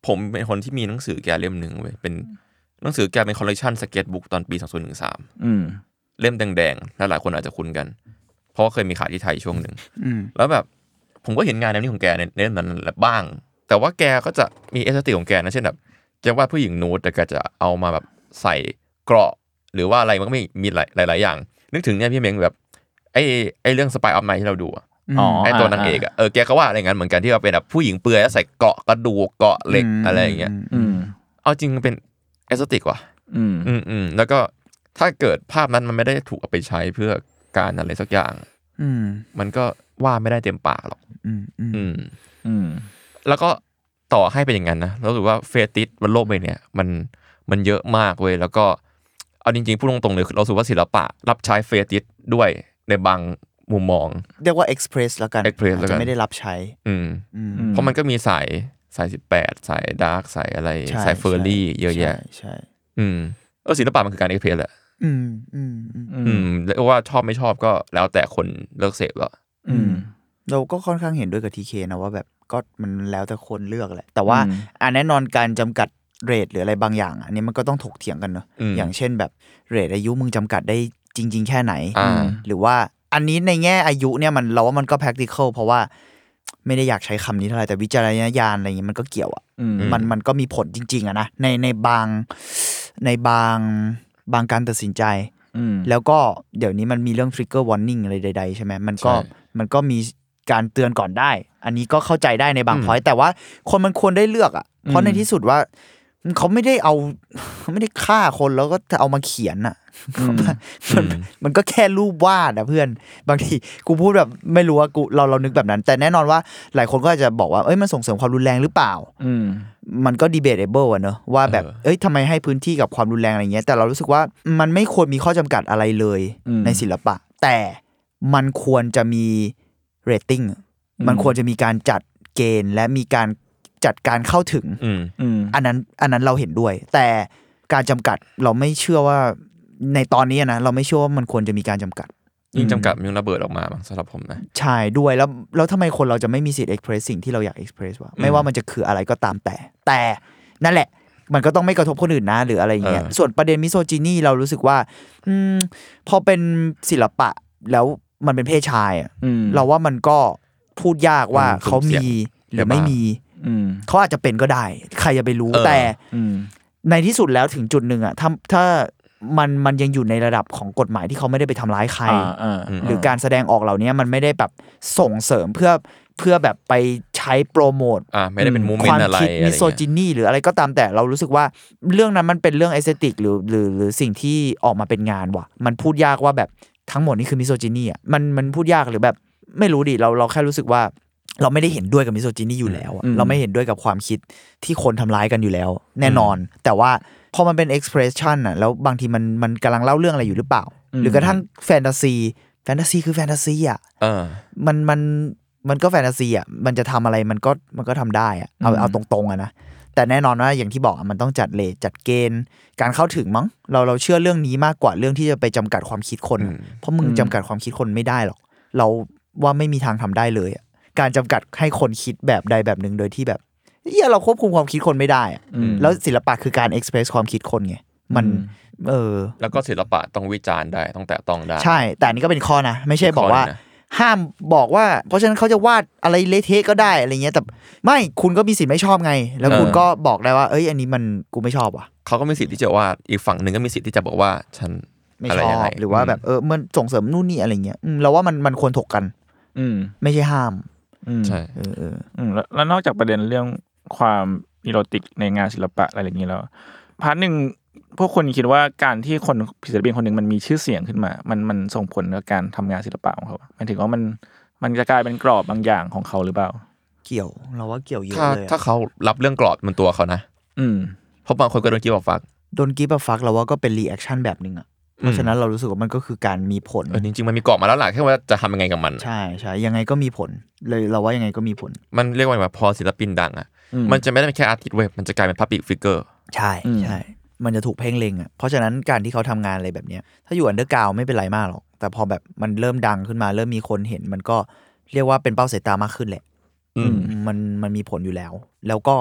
ผมเป็นคนที่มีหนังสือแกเล่มนึงเว้ยเป็นหนังสือแกเป็นคอลเลคชันสเก็ตบุ๊กตอนปีสองพันสิบสามอืมเล่มแดงๆแล้วหลายคนอาจจะคุ้นกันเพราะว่าเคยมีขายที่ไทยช่วงนึงแล้วแบบผมก็เห็นงานแนวนี้ของแกในเล่มนั้นบ้างแต่ว่าแกก็จะมีเอสเตติกของแกนะเช่นแบบจะวาดผู้หญิงนูดแต่แกจะเอามาแบบใส่เกราะหรือว่าอะไรมันก็มีมีหลายหลายอย่างนึกถึงเนี่ยพี่เม้งแบบไอ้ไอ้เรื่องสปายออฟไนท์ที่เราดูอ๋อไอ้ตัวนางเอกอ่ะเออแกก็ว่าอะไรงั้นเหมือนกันที่ว่าเป็นแบบผู้หญิงเปลือยแล้วใส่เกราะกระดูกเกราะเหล็กอะไรอย่างเงี้ยเอาจริงมันเป็นเอสเตติกว่ะอืมอืมแล้วก็ถ้าเกิดภาพนั้นมันไม่ได้ถูกเอาไปใช้เพื่อการอะไรสักอย่างอืมมันก็ว่าไม่ได้เต็มปากหรอกอืมอืมอืมแล้วก็ต่อให้เป็นอย่างนั้นนะเรารู้สึกว่าเฟติชบนโลกใบนี้มันมันเยอะมากเว้ยแล้วก็เอาจริงๆพูดตรงๆเลยเรารู้สึกว่าศิลปะรับใช้เฟติชด้วยในบางมุมมองเรียกว่า express แล้วกันจะไม่ได้รับใช้อืมเพราะมันก็มีสายสายสิบแปดสายดาร์กสายอะไรสายเฟอร์รี่เยอะแยะใช่อืมเออศิลปะมันคือการ express แหละอืมอืมอืมแล้วว่าชอบไม่ชอบก็แล้วแต่คนเลือกเสพแล้วอืมเราก็ค่อนข้างเห็นด้วยกับ ที เค นะว่าแบบก็มันแล้วแต่คนเลือกแหละแต่ว่าอ่ะแน่นอนการจำกัดเรทหรืออะไรบางอย่างอันนี้มันก็ต้องถกเถียงกันเนอะอย่างเช่นแบบเรทอายุมึงจำกัดได้จริงๆแค่ไหนหรือว่าอันนี้ในแง่อายุเนี่ยมันเราว่ามันก็ practical เพราะว่าไม่ได้อยากใช้คำนี้เท่าไหร่แต่วิจารณญาณอะไรอย่างงี้มันก็เกี่ยวอ่ะมันมันก็มีผลจริงๆอะนะในในบางในบางบางการตัดสินใจแล้วก็เดี๋ยวนี้มันมีเรื่อง trigger warning อะไรใดๆใช่ไหมมันก็มันก็มีการเตือนก่อนได้อันนี้ก็เข้าใจได้ในบาง point แต่ว่าคนมันควรได้เลือกอ่ะเพราะในที่สุดว่าเขาไม่ได้เอาเขาไม่ได้ฆ่าคนแล้วก็จะเอามาเขียนอ่ะมันมันก็แค่รูปวาดอ่ะเพื่อนบางทีกูพูดแบบไม่รู้ว่ากูเราเรานึกแบบนั้นแต่แน่นอนว่าหลายคนก็อาจจะบอกว่าเอ้ยมันส่งเสริมความรุนแรงหรือเปล่ามันก็ debatable อ่ะเนอะว่าแบบเอ้ยทำไมให้พื้นที่กับความรุนแรงอะไรเงี้ยแต่เรารู้สึกว่ามันไม่ควรมีข้อจำกัดอะไรเลยในศิลปะแต่มันควรจะมีเรตติ้งมันควรจะมีการจัดเกณฑ์และมีการจัดการเข้าถึงอันนั้นอันนั้นเราเห็นด้วยแต่การจำกัดเราไม่เชื่อว่าในตอนนี้นะเราไม่เชื่อว่ามันควรจะมีการจำกัดยิ่งจำกัดมันระเบิดออกมาสำหรับผมนะใช่ด้วยแล้วแล้วทำไมคนเราจะไม่มีสิทธิ์เอ็กเพรสสิ่งที่เราอยากเอ็กเพรสวะไม่ว่ามันจะคืออะไรก็ตามแต่แต่นั่นแหละมันก็ต้องไม่กระทบคนอื่นนะหรืออะไรอย่างเงี้ยส่วนประเด็นมิโซจินีเรารู้สึกว่าอืมพอเป็นศิลปะแล้วมันเป็นเพศชายอ่ะเราว่ามันก็พูดยากว่าเขามีหรือไม่มีเขาอาจจะเป็นก็ได้ใครจะไปรู้แต่ในที่สุดแล้วถึงจุดหนึ่งอ่ะถ้าถ้ามันมันยังอยู่ในระดับของกฎหมายที่เขาไม่ได้ไปทำร้ายใครหรือการแสดงออกเหล่านี้มันไม่ได้แบบส่งเสริมเพื่อเพื่อแบบไปใช้โปรโมทไม่ได้เป็นมูเมนต์อะไรความคิดมิโซจินีหรืออะไรก็ตามแต่เรารู้สึกว่าเรื่องนั้นมันเป็นเรื่องเอสเธติกหรือหรือหรือสิ่งที่ออกมาเป็นงานว่ะมันพูดยากว่าแบบทั้งหมดนี่คือมิโซจินีอ่ะมันมันพูดยากหรือแบบไม่รู้ดิเราเราแค่รู้สึกว่าเราไม่ได้เห็นด้วยกับมิโซจินีอยู่แล้วเราไม่เห็นด้วยกับความคิดที่คนทำร้ายกันอยู่แล้วแน่นอนแต่ว่าพอมันเป็น expression อ่ะแล้วบางทีมันมันกำลังเล่าเรื่องอะไรอยู่หรือเปล่าหรือกระทั่งแฟนตาซีแฟนตาซีคือแฟนตาซีอ่ะมันมันมันก็แฟนตาซีอ่ะมันจะทำอะไรมันก็มันก็ทำได้อ่ะเอาเอาตรงๆอ่ะนะแต่แน่นอนว่าอย่างที่บอกมันต้องจัดเลทจัดเกณฑ์การเข้าถึงมั้งเราเราเชื่อเรื่องนี้มากกว่าเรื่องที่จะไปจำกัดความคิดคนเพราะมึงจำกัดความคิดคนไม่ได้หรอกเราว่าไม่มีทางทำได้เลยอ่ะการจำกัดให้คนคิดแบบใดแบบหนึ่งโดยที่แบบเหี้ยเราควบคุมความคิดคนไม่ได้แล้วศิลปะคือการเอ็กซ์เพรสความคิดคนไงมันเออแล้วก็ศิลปะต้องวิจารณ์ได้ต้องแตะต้องได้ใช่แต่อันนี้ก็เป็นข้อนะไม่ใช่บอกว่าห้ามบอกว่าเพราะฉะนั้นเขาจะวาดอะไรเละเทะก็ได้อะไรเงี้ยแต่ไม่คุณก็มีสิทธิ์ไม่ชอบไงแล้วคุณก็บอกได้ว่าเอ้ยอันนี้มันกูไม่ชอบว่ะเขาก็มีสิทธิ์ที่จะวาดอีกฝั่งนึงก็มีสิทธิ์ที่จะบอกว่าฉันไม่ชอบหรือว่าแบบเออมันส่งเสริมนู่นนี่อะไรเงี้ยเราว่ามันมันควรถกกันไม่ใช่ห้ามใช่เออเออแล้วนอกจากประเด็นเรื่องความอีโรติกในงานศิลปะอะไรอย่างนี้แล้วพาร์ทนึงพวกคนคิดว่าการที่คนศิลปินคนนึงมันมีชื่อเสียงขึ้นมามันมันส่งผลกับการทำงานศิลปะของเขาหมายถึงว่ามันมันจะกลายเป็นกรอบบางอย่างของเขาหรือเปล่าเกี่ยวเราว่าเกี่ยวเยอะเลยถ้าเขารับเรื่องกรอบมันตัวเขานะอืมเพราะบางคนก็โดนกีบฟักโดนกีบฟักเราว่าก็เป็นรีแอคชั่นแบบนึงอ่ะเพราะฉะนั้นเรารู้สึกว่ามันก็คือการมีผลเออจริงๆมันมีกรอบมาแล้วแหละแค่ว่าจะทำยังไงกับมันใช่ใช่ยังไงก็มีผลเลยเราว่ายังไงก็มีผลมันเรียกว่าพอศิลปินดังอ่ะมันจะไม่ได้เป็นแค่อาร์ติสต์เว้ยมันจะกลายเป็น public figure ใช่ใช่มันจะถูกเพ่งเล็งอ่ะเพราะฉะนั้นการที่เขาทำงานอะไรแบบเนี้ยถ้าอยู่อันเดอร์กราวด์ไม่เป็นไรมากหรอกแต่พอแบบมันเริ่มดังขึ้นมาเริ่มมีคนเห็นมันก็เรียกว่าเป็นเป้าสายตามากขึ้นแหละมันมันมีผลอยู่แล้วแล้วก็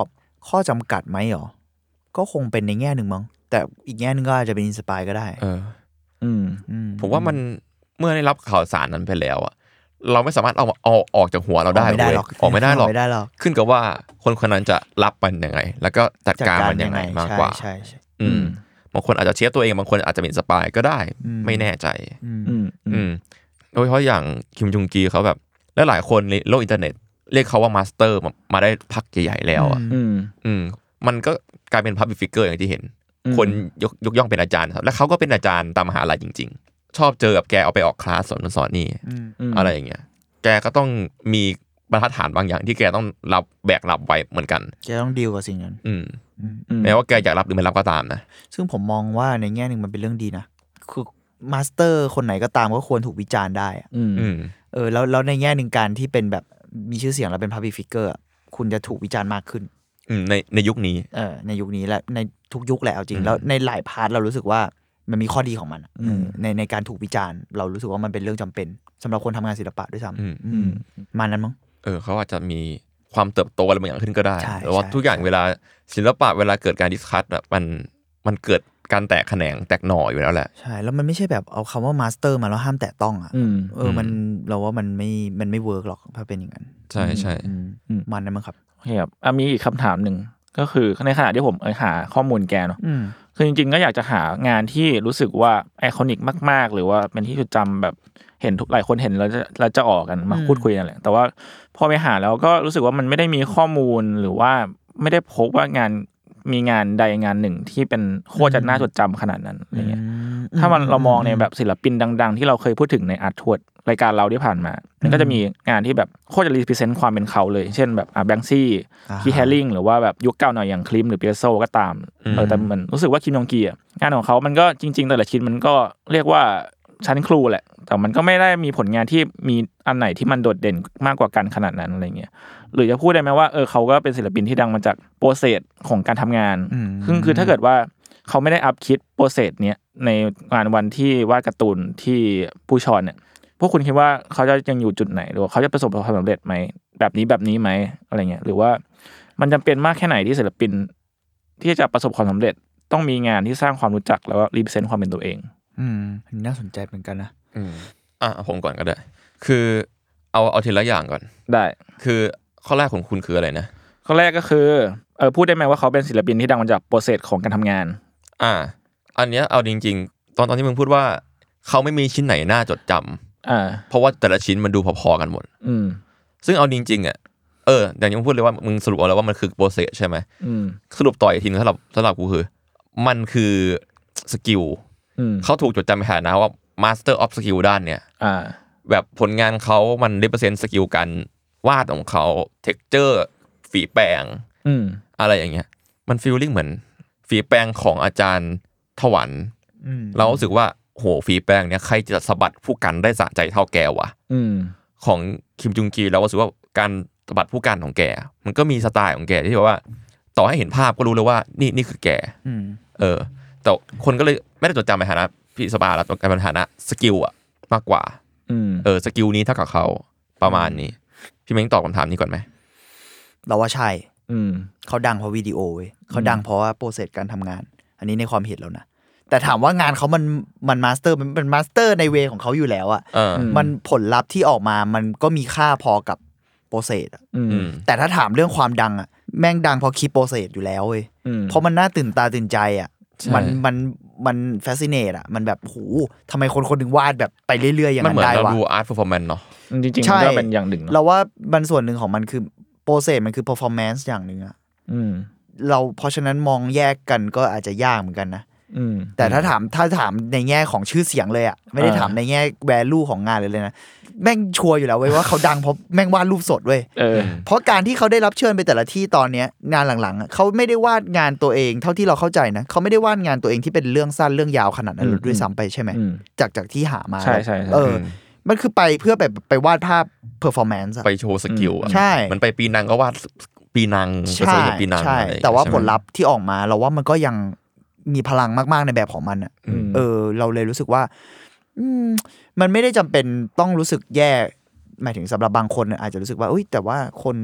ข้อจำกัดไหมหรอก็คงเป็นในแง่หนึ่งมั้งแต่อีกแง่นึงก็อาจจะเป็นอินสปายก็ได้เอออืมผมว่ามันเมื่อได้รับข่าวสารนั้นไปแล้วอะเราไม่สามารถเอาเอาออกจากหัวเราได้เลยออกไม่ได้หรอกขึ้นกับว่าคนคนนั้นจะรับมันยังไงแล้วก็จัดการมันยังไงมากกว่าใช่ๆอืมบางคนอาจจะเชียร์ตัวเองบางคนอาจจะเป็นอินสปายก็ได้ไม่แน่ใจอืมอืมโดยเฉพาะอย่างคิมจุงกีเขาแบบและหลายคนในโลกอินเทอร์เน็ตเรียกเขาว่ามาสเตอร์มาได้พักใหญ่ๆแล้วอ่ะอืมมันก็กลายเป็นพับลิคฟิกเกอร์อย่างที่เห็นคนยกยกย่องเป็นอาจารย์ครับและเขาก็เป็นอาจารย์ตามมหาลัยจริงๆชอบเจอกับแกเอาไปออกคลาสสอนสอนนี่อะไรอย่างเงี้ยแกก็ต้องมีบรรทัดฐานบางอย่างที่แกต้องรับแบกรับไว้เหมือนกันแกต้องดีลกับสิ่งนั้นอืมแม้ว่าแกอยากรับหรือไม่รับก็ตามนะซึ่งผมมองว่าในแง่นึงมันเป็นเรื่องดีนะคือมาสเตอร์คนไหนก็ตามก็ควรถูกวิจารณ์ได้อ่ะเออแล้วแล้วในแง่นึงการที่เป็นแบบมีชื่อเสียงแล้วเป็น public figure คุณจะถูกวิจารณ์มากขึ้นในในยุคนี้เออในยุคนี้และในทุกยุคแหละเอาจริงแล้วในหลายพาร์ทเรารู้สึกว่ามันมีข้อดีของมันในในการถูกวิจารณ์เรารู้สึกว่ามันเป็นเรื่องจำเป็นสำหรับคนทำงานศิลปะด้วยซ้ำมานั้นมั้งเออเขาอาจจะมีความเติบโตอะไรบางอย่างขึ้นก็ได้แต่ว่าทุกอย่างเวลาศิลปะเวลาเกิดการดิสคัสแบบมันมันเกิดการแตกแขนงแตกหน่ออยู่แล้วแหละใช่แล้วมันไม่ใช่แบบเอาคำว่ามาสเตอร์มาแล้วห้ามแตะต้องอ่ะเออมันเราว่ามันไม่มันไม่เวิร์กหรอกถ้าเป็นอย่างนั้นใช่ใช่มันนั่นมั้งครับครับมีอีกคำถามหนึ่งก็คือในขณะที่ผมหาข้อมูลแกเนาะคือจริงๆก็อยากจะหางานที่รู้สึกว่าไอคอนิกมากๆหรือว่าเป็นที่จดจำแบบเห็นทุกหลายคนเห็นแล้วจะเราจะออกกันมาพูดคุยนั่นแหละแต่ว่าพอไปหาแล้วก็รู้สึกว่ามันไม่ได้มีข้อมูลหรือว่าไม่ได้พบว่างานมีงานใดงานหนึ่งที่เป็นโคตรจะน่าจดจำขนาดนั้นอะไรเงี้ยถ้ามันเรามองในแบบศิลปินดังๆที่เราเคยพูดถึงในอาร์ทวดรายการเราที่ผ่านมามันก็จะมีงานที่แบบโคตรจะรีพรีเซนต์ความเป็นเขาเลยเช่นแบบอ่ะแบงค์ซี่คีแฮริงหรือว่าแบบยุคเก่าหน่อยอย่างคลิมหรือเปียโซก็ตามเออแต่มันรู้สึกว่าคิมยองกีอ่ะงานของเขามันก็จริงๆแต่ละชิ้นมันก็เรียกว่าชั้นครูแหละแต่มันก็ไม่ได้มีผลงานที่มีอันไหนที่มันโดดเด่นมากกว่ากันขนาดนั้นอะไรเงี้ยหรือจะพูดได้ไหมว่าเออเขาก็เป็นศิลปินที่ดังมาจากโปรเซสของการทำงานซึ่งคือถ้าเกิดว่าเขาไม่ได้อัพคิดโปรเซสเนี้ยในงานวันที่วาดการ์ตูนที่ผู้ชอนเนี่ยพวกคุณคิดว่าเขาจะยังอยู่จุดไหนหรือว่าเขาจะประสบความสำเร็จไหมแบบนี้แบบนี้ไหมอะไรเงี้ยหรือว่ามันจำเป็นมากแค่ไหนที่ศิลปินที่จะประสบความสำเร็จต้องมีงานที่สร้างความรู้จักแล้วก็รีพรีเซนต์ความเป็นตัวเองอืมน่าสนใจเหมือนกันนะอืมอ่ะผมก่อนก็ได้คือเอาเอาทีละอย่างก่อนได้คือข้อแรกของคุณคืออะไรนะข้อแรกก็คือเออพูดได้ไหมว่าเขาเป็นศิลปินที่ดังมาจากโปรเซสของการทำงานอ่าอันเนี้ยเอาจริงๆตอนตอนที่มึงพูดว่าเขาไม่มีชิ้นไหนน่าจดจำอ่าเพราะว่าแต่ละชิ้นมันดูพอๆกันหมดอืมซึ่งเอาจริงๆอ่ะเอออย่างที่มึงพูดเลยว่ามึงสรุปเอาแล้วว่ามันคือโปรเซสใช่ไหมอืมสรุปต่ออีกทีนึงสำหรับสำหรับกูคือมันคือสกิลเขาถูกจดจำในฐานะว่า Master of Skill ด้านเนี่ยแบบผลงานเขามัน represent สกิลการวาดของเขา texture ฝีแปรงอะไรอย่างเงี้ยมัน feeling เหมือนฝีแปรงของอาจารย์ถวันเรารู้สึกว่าโหฝีแปรงเนี้ยใครจะสะบัดผู้กันได้สะใจเท่าแกวะของคิมจุงกีเรารู้สึกว่าการสะบัดผู้กันของแกมันก็มีสไตล์ของแกที่แบบว่าต่อให้เห็นภาพก็รู้เลยว่านี่นี่คือแกเออแต่คนก็เลยไม่ได้จดจำในฐานะพี่สปาแล้วจดจำในฐานะสกิลอะมากกว่าเออสกิลนี้เท่ากับเขาประมาณนี้พี่เม้งตอบคำถามนี้ก่อนไหมเราว่าใช่เขาดังเพราะวิดีโอเว้ยเขาดังเพราะว่าโปรเซสการทำงานอันนี้ในความเห็นเรานะแต่ถามว่างานเขามันมันมาสเตอร์มันเป็นมาสเตอร์ในเวของเขาอยู่แล้วอะมันผลลัพธ์ที่ออกมามันก็มีค่าพอกับโปรเซสอะแต่ถ้าถามเรื่องความดังอะแม่งดังเพราะคีโปรเซสอยู่แล้วเว้ยเพราะมันน่าตื่นตาตื่นใจอะมันมันมันแฟสซิเนตอ่ะมันแบบโหทำไมคนคนนึงวาดแบบไปเรื่อยๆอย่างนั้นได้วะมันเหมือนเราดูอาร์ตเพอร์ฟอร์แมนซ์เนาะจริงๆก็เป็นอย่างหนึ่งเราว่ามันส่วนหนึ่งของมันคือโปรเซสมันคือเพอร์ฟอร์แมนซ์อย่างหนึ่งอ่ะเราเพราะฉะนั้นมองแยกกันก็อาจจะยากเหมือนกันนะแต่ถ้าถามถ้าถามในแง่ของชื่อเสียงเลยอ่ะไม่ได้ถามในแง่แวลูของงานเลยเลยนะแม่งชัวร์อยู่แล้วเว้ยว่าเขาดังเพราะแม่งวาดรูปสดเว้ยเพราะการที่เขาได้รับเชิญไปแต่ละที่ตอนเนี้ยงานหลังๆเขาไม่ได้วาดงานตัวเองเท่าที่เราเข้าใจนะเขาไม่ได้วาดงานตัวเองที่เป็นเรื่องสั้นเรื่องยาวขนาดนั้นด้วยซ้ำไปใช่ไหมจากจากที่หามาใช่ใช่เออมันคือไปเพื่อไปไปวาดภาพเพอร์ฟอร์แมนซ์ไปโชว์สกิลใช่มันไปปีนังก็วาดปีนังใช่ใช่แต่ว่าผลลัพธ์ที่ออกมาเราว่ามันก็ยังมีพลังมากๆในแบบของมันอ่ะเออเราเลยรู้สึกว่ามันไม่ได้จำเป็นต้องรู้สึกแย่หมายถึงสำหรับบางคนอาจจะรู้สึกว่าอุ้ยแต่ว่าคน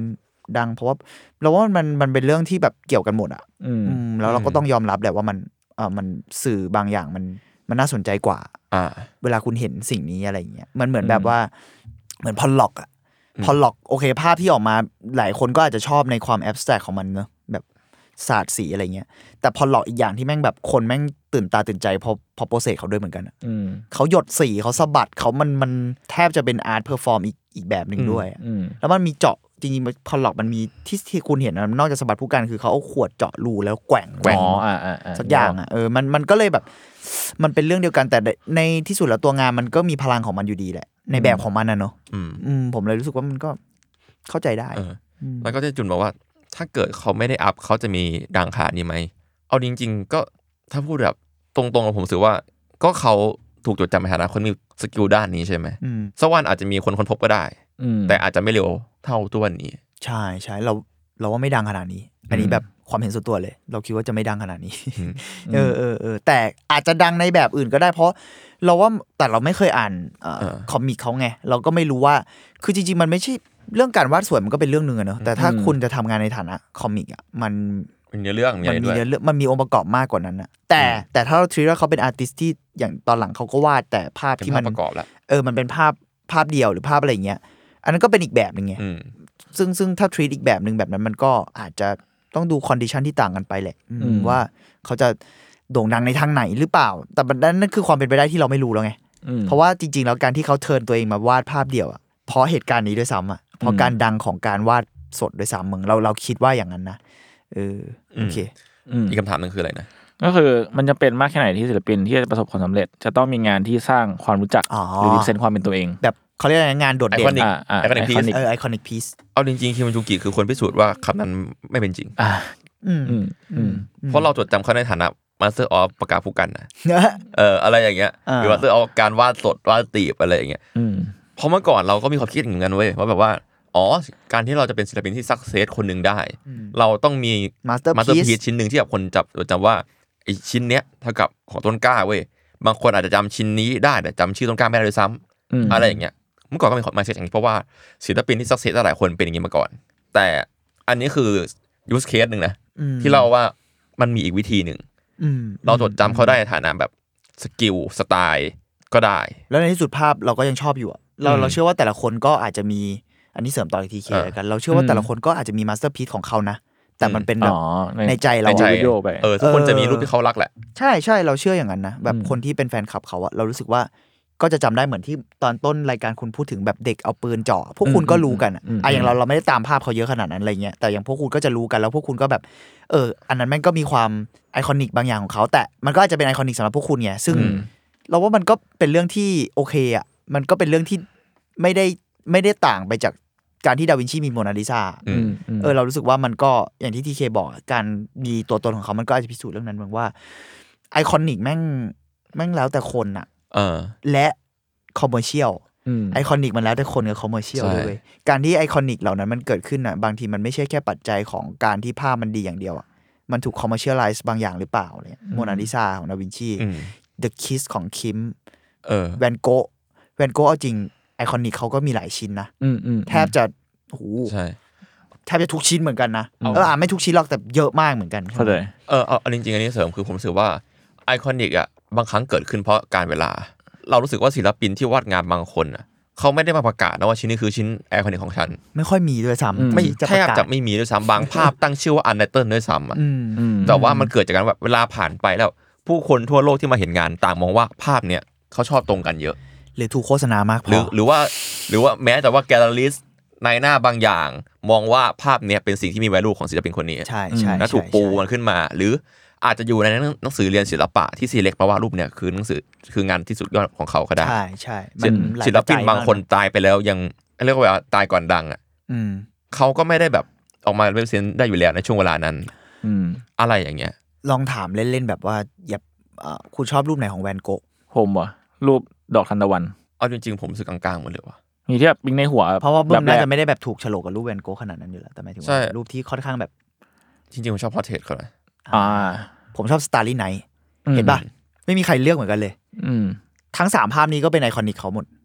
ดังเพราะว่าเราว่ามันมันเป็นเรื่องที่แบบเกี่ยวกันหมดอ่ะอืมแล้วเราก็ต้องยอมรับแหละว่ามันเออมันสื่อบางอย่างมันมันน่าสนใจกว่าอ่าเวลาคุณเห็นสิ่งนี้อะไรอย่างเงี้ยมันเหมือนแบบว่าเหมือนพอลล็อกอ่ะพอลล็อกโอเคภาพที่ออกมาหลายคนก็อาจจะชอบในความแอบสแตรกของมันเนอะแบบศาสตร์สีอะไรเงี้ยแต่พอลล็อกอีกอย่างที่แม่งแบบคนแม่งตื่นตาตื่นใจพอพอโปรเซสเขาด้วยเหมือนกันเขาหยดสีเขาสะบัดเขามันมันแทบจะเป็นอาร์ตเพอร์ฟอร์มอีกอีกแบบนึงด้วยแล้วมันมีเจาะจริงๆพอลล็อกมันมีที่ที่คุณเห็นนอกจากสะบัดผู้กันคือเขาเอาขวดเจาะรูแล้วแกว่งแกว่งสักอย่างอ่ะเออมันมันก็เลยแบบมันเป็นเรื่องเดียวกันแต่ในที่สุดแล้วตัวงานมันก็มีพลังของมันอยู่ดีแหละในแบบของมันนะเนาะอืมผมเลยรู้สึกว่ามันก็เข้าใจได้แล้วก็จะจุนบอกว่าถ้าเกิดเขาไม่ได้อัพเขาจะมีดังขนาดนี้ไหมเอาจริงๆก็ถ้าพูดแบบตรงๆผมรู้สึกว่าก็เขาถูกจดจำในฐานะคนมีสกิลด้านนี้ใช่ไหมสักวันอาจจะมีคนค้นพบก็ได้แต่อาจจะไม่เร็วเท่าตัวนี้ใช่ใช่เราเราว่าไม่ดังขนาดนี้อันนี้แบบความเห็นส่วนตัวเลยเราคิดว่าจะไม่ดังขนาดนี้เออเออเออแต่อาจจะดังในแบบอื่นก็ได้เพราะเราว่าแต่เราไม่เคยอ่านคอมิกเขาไงเราก็ไม่รู้ว่าคือจริงๆมันไม่ใช่เรื่องการวาดสวยมันก็เป็นเรื่องนึงอะเนอะแต่ถ้าคุณจะทำงานในฐานะคอมิกอ่ะมันมีเนื้อเรื่องมันมีเนื้อเรื่องมันมีองค์ประกอบมากกว่านั้นนะแต่แต่ถ้าเราคิดว่าเขาเป็นอาร์ติสที่อย่างตอนหลังเขาก็วาดแต่ภาพที่มันประกอบแล้วเออมันเป็นภาพภาพเดียวหรือภาพอะไรเงี้ยอันนั้นก็เป็นอีกแบบนึงไงซึ่งซึ่งถ้าทรีตอีกแบบนึงแบบนั้นมันก็อาจจะต้องดูคอนดิชันที่ต่างกันไปแหละว่าเขาจะโด่งดังในทางไหนหรือเปล่าแต่นั่นคือความเป็นไปได้ที่เราไม่รู้แล้วไงเพราะว่าจริงๆแล้วการที่เขาเทิร์นตัวเองมาวาดภาพเดียวอ่ะเพราะเหตุการณ์นี้ด้วยซ้ำอ่ะเพราะการดังของการวาดสดด้วยซ้ำมึงเราเราคิดว่าอย่างนั้นนะเออโอเคอีกคำถามนึงคืออะไรนะก็คือมันจะเป็นมากแค่ไหนที่ศิลปินที่จะประสบความสำเร็จจะต้องมีงานที่สร้างความรู้จักหรือรีเซนต์ความเป็นตัวเองแบบเขาเรียกงานโดดเด่นไอคอนิกพีซเออไอคอนิกพีซเอาจริงๆคิมจุงกิคือคนพิสูจน์ว่าคำนั้นไม่เป็นจริงเพราะเราจดจำเขาในฐานะมาสเตอร์ออฟปากกาผู้กันนะเอออะไรอย่างเงี้ยหรือมาสเตอร์ออฟการวาดสดวาดตีบอะไรอย่างเงี้ยเพราะเมื่อก่อนเราก็มีความคิดเหมือนกันเว้ยว่าแบบว่าอ๋อการที่เราจะเป็นศิลปินที่ซักเซสคนหนึ่งได้เราต้องมีมาสเตอร์พีซชิ้นหนึ่งที่แบบคนจับจำว่าไอชิ้นเนี้ยเท่ากับของต้นกล้าเว้ยบางคนอาจจะจำชิ้นนี้ได้แต่จำชื่อต้นกล้าไม่ได้ด้วยซ้ำอะไรอย่างเงี้ยเมื่อก่อนก็มีมาเซสอย่างนี้เพราะว่าศิลปินที่ซักเซสหลายคนเป็นอย่างนี้มาก่อนแต่อันนี้คือยูสเคสหนึ่งนะที่เราว่ามันมีอีกวิธีหนึ่งเราจดจำเขาได้ในฐานะแบบสกิลสไตล์ก็ได้แล้วในที่สุดภาพเราก็ยังชอบอยู่เราเราเชื่อว่าแต่ละคนก็อาจจะมีอันนี้เสริมต่ออีกทีเคกันเราเชื่อว่าแต่ละคนก็อาจจะมีมาสเตอร์พีซของเขานะแต่มันเป็นแบบในใจเราเออทุกคนจะมีรูปที่เขารักแหละใช่ใช่เราเชื่ออย่างนั้นนะแบบคนที่เป็นแฟนคลับเขาอะเรารู้สึกว่าก็จะจำได้เหมือนที่ตอนต้นรายการคุณพูดถึงแบบเด็กเอาปืนเจาะพวกคุณก็รู้กันอ่ะอย่างเราเราไม่ได้ตามภาพเขาเยอะขนาดนั้นอะไรเงี้ยแต่อย่างพวกคุณก็จะรู้กันแล้วพวกคุณก็แบบเอออันนั้นแม่งก็มีความไอคอนิกบางอย่างของเขาแต่มันก็อาจจะเป็นไอคอนิกสำหรับพวกคุณไงซึ่งเราว่ามันก็เป็นเรื่องที่โอเคอ่ะมันก็เป็นเรื่องที่ไม่ได้ไม่ได้ต่างไปจากการที่ดาวินชีมีโมนาลิซาเออเรารู้สึกว่ามันก็อย่างที่ทีเคบอกการมีตัวตนของเขามันก็อาจจะพิสูจน์เรื่องนั้นเหมือนว่าไอคอนิกแม่งแม่งแล้วแต่คนอ่ะและคอมเมอร์เชียลไอคอนิกมันแล้วแต่คนกับคอมเมอร์เชียลด้วยการที่ไอคอนิกเหล่านั้นมันเกิดขึ้นอ่ะบางทีมันไม่ใช่แค่ปัจจัยของการที่ภาพมันดีอย่างเดียวอ่ะมันถูกคอมเมอร์เชียลไลซ์บางอย่างหรือเปล่าเนี่ยโมนาลิซาของดาวินชี The Kiss ของคิมแวนโกะแวนโกะเอาจริงไอคอนิกเขาก็มีหลายชิ้นนะแทบจะโอ้โหแทบจะทุกชิ้นเหมือนกันนะเอออ่ะไม่ทุกชิ้นหรอกแต่เยอะมากเหมือนกันเข้าใจเออเอาจริงๆอันนี้เสริมคือผมรู้สึกว่าไอคอนิกอ่ะบางครั้งเกิดขึ้นเพราะการเวลาเรารู้สึกว่าศิลปินที่วาดงานบางคนอ่ะเขาไม่ได้มาประกาศนะว่าชิ้นนี้คือชิ้นไอคอนิกของฉันไม่ค่อยมีด้วยซ้ำไม่แทบจะไม่มีด้วยซ้ำบางภาพตั้งชื่อว่าอันไนเติลด้วยซ้ำอ่ะแต่ว่ามันเกิดจากการแบบเวลาผ่านไปแล้วผู้คนทั่วโลกที่มาเห็นงานต่างมองว่าภาพเนี้ยเขาชอบตรงกันเยอะหรือถูกโฆษณามากพอหรือหรือว่าหรือว่าแม้แต่ว่าแกลเลอริสในหน้าบางอย่างมองว่าภาพเนี้ยเป็นสิ่งที่มี value ของศิลปินคนนี้ใช่ใช่แล้วถูกปูมันขึ้นมาหรืออาจจะอยู่ในหนังสือเรียนศิลปะที่ซีเล็กต์มาว่ารูปเนี่ยคือหนังสือคืองานที่สุดยอดของเขาก็ได้ใช่ใช่ศิลปินบางคนตายไปแล้วยังเรียกว่าตายก่อนดังอ่ะเขาก็ไม่ได้แบบออกมาเรปเซนต์ได้อยู่แล้วในช่วงเวลานั้นอะไรอย่างเงี้ยลองถามเล่นๆแบบว่าอย่าคุณชอบรูปไหนของแวนโกะผมว่ะรูปดอกทานตะวันเอาจริงๆผมรู้สึกกลางๆหมดเลยว่ะมีที่แบบปิ๊งในหัวเพราะว่าแบบน่าจะไม่ได้แบบถูกโฉลกกับรูปแวนโกะขนาดนั้นอยู่แล้วแต่หมายถึงว่ารูปที่ค่อนข้างแบบจริงๆผมชอบพอร์เทรตเขานะอ่าผมชอบสตาร์ลี่ไนท์เห็นป่ะไม่มีใครเลือกเหมือนกันเลยทั้งสามภาพนี้ก็เป็นไอคอนิกเขาหมด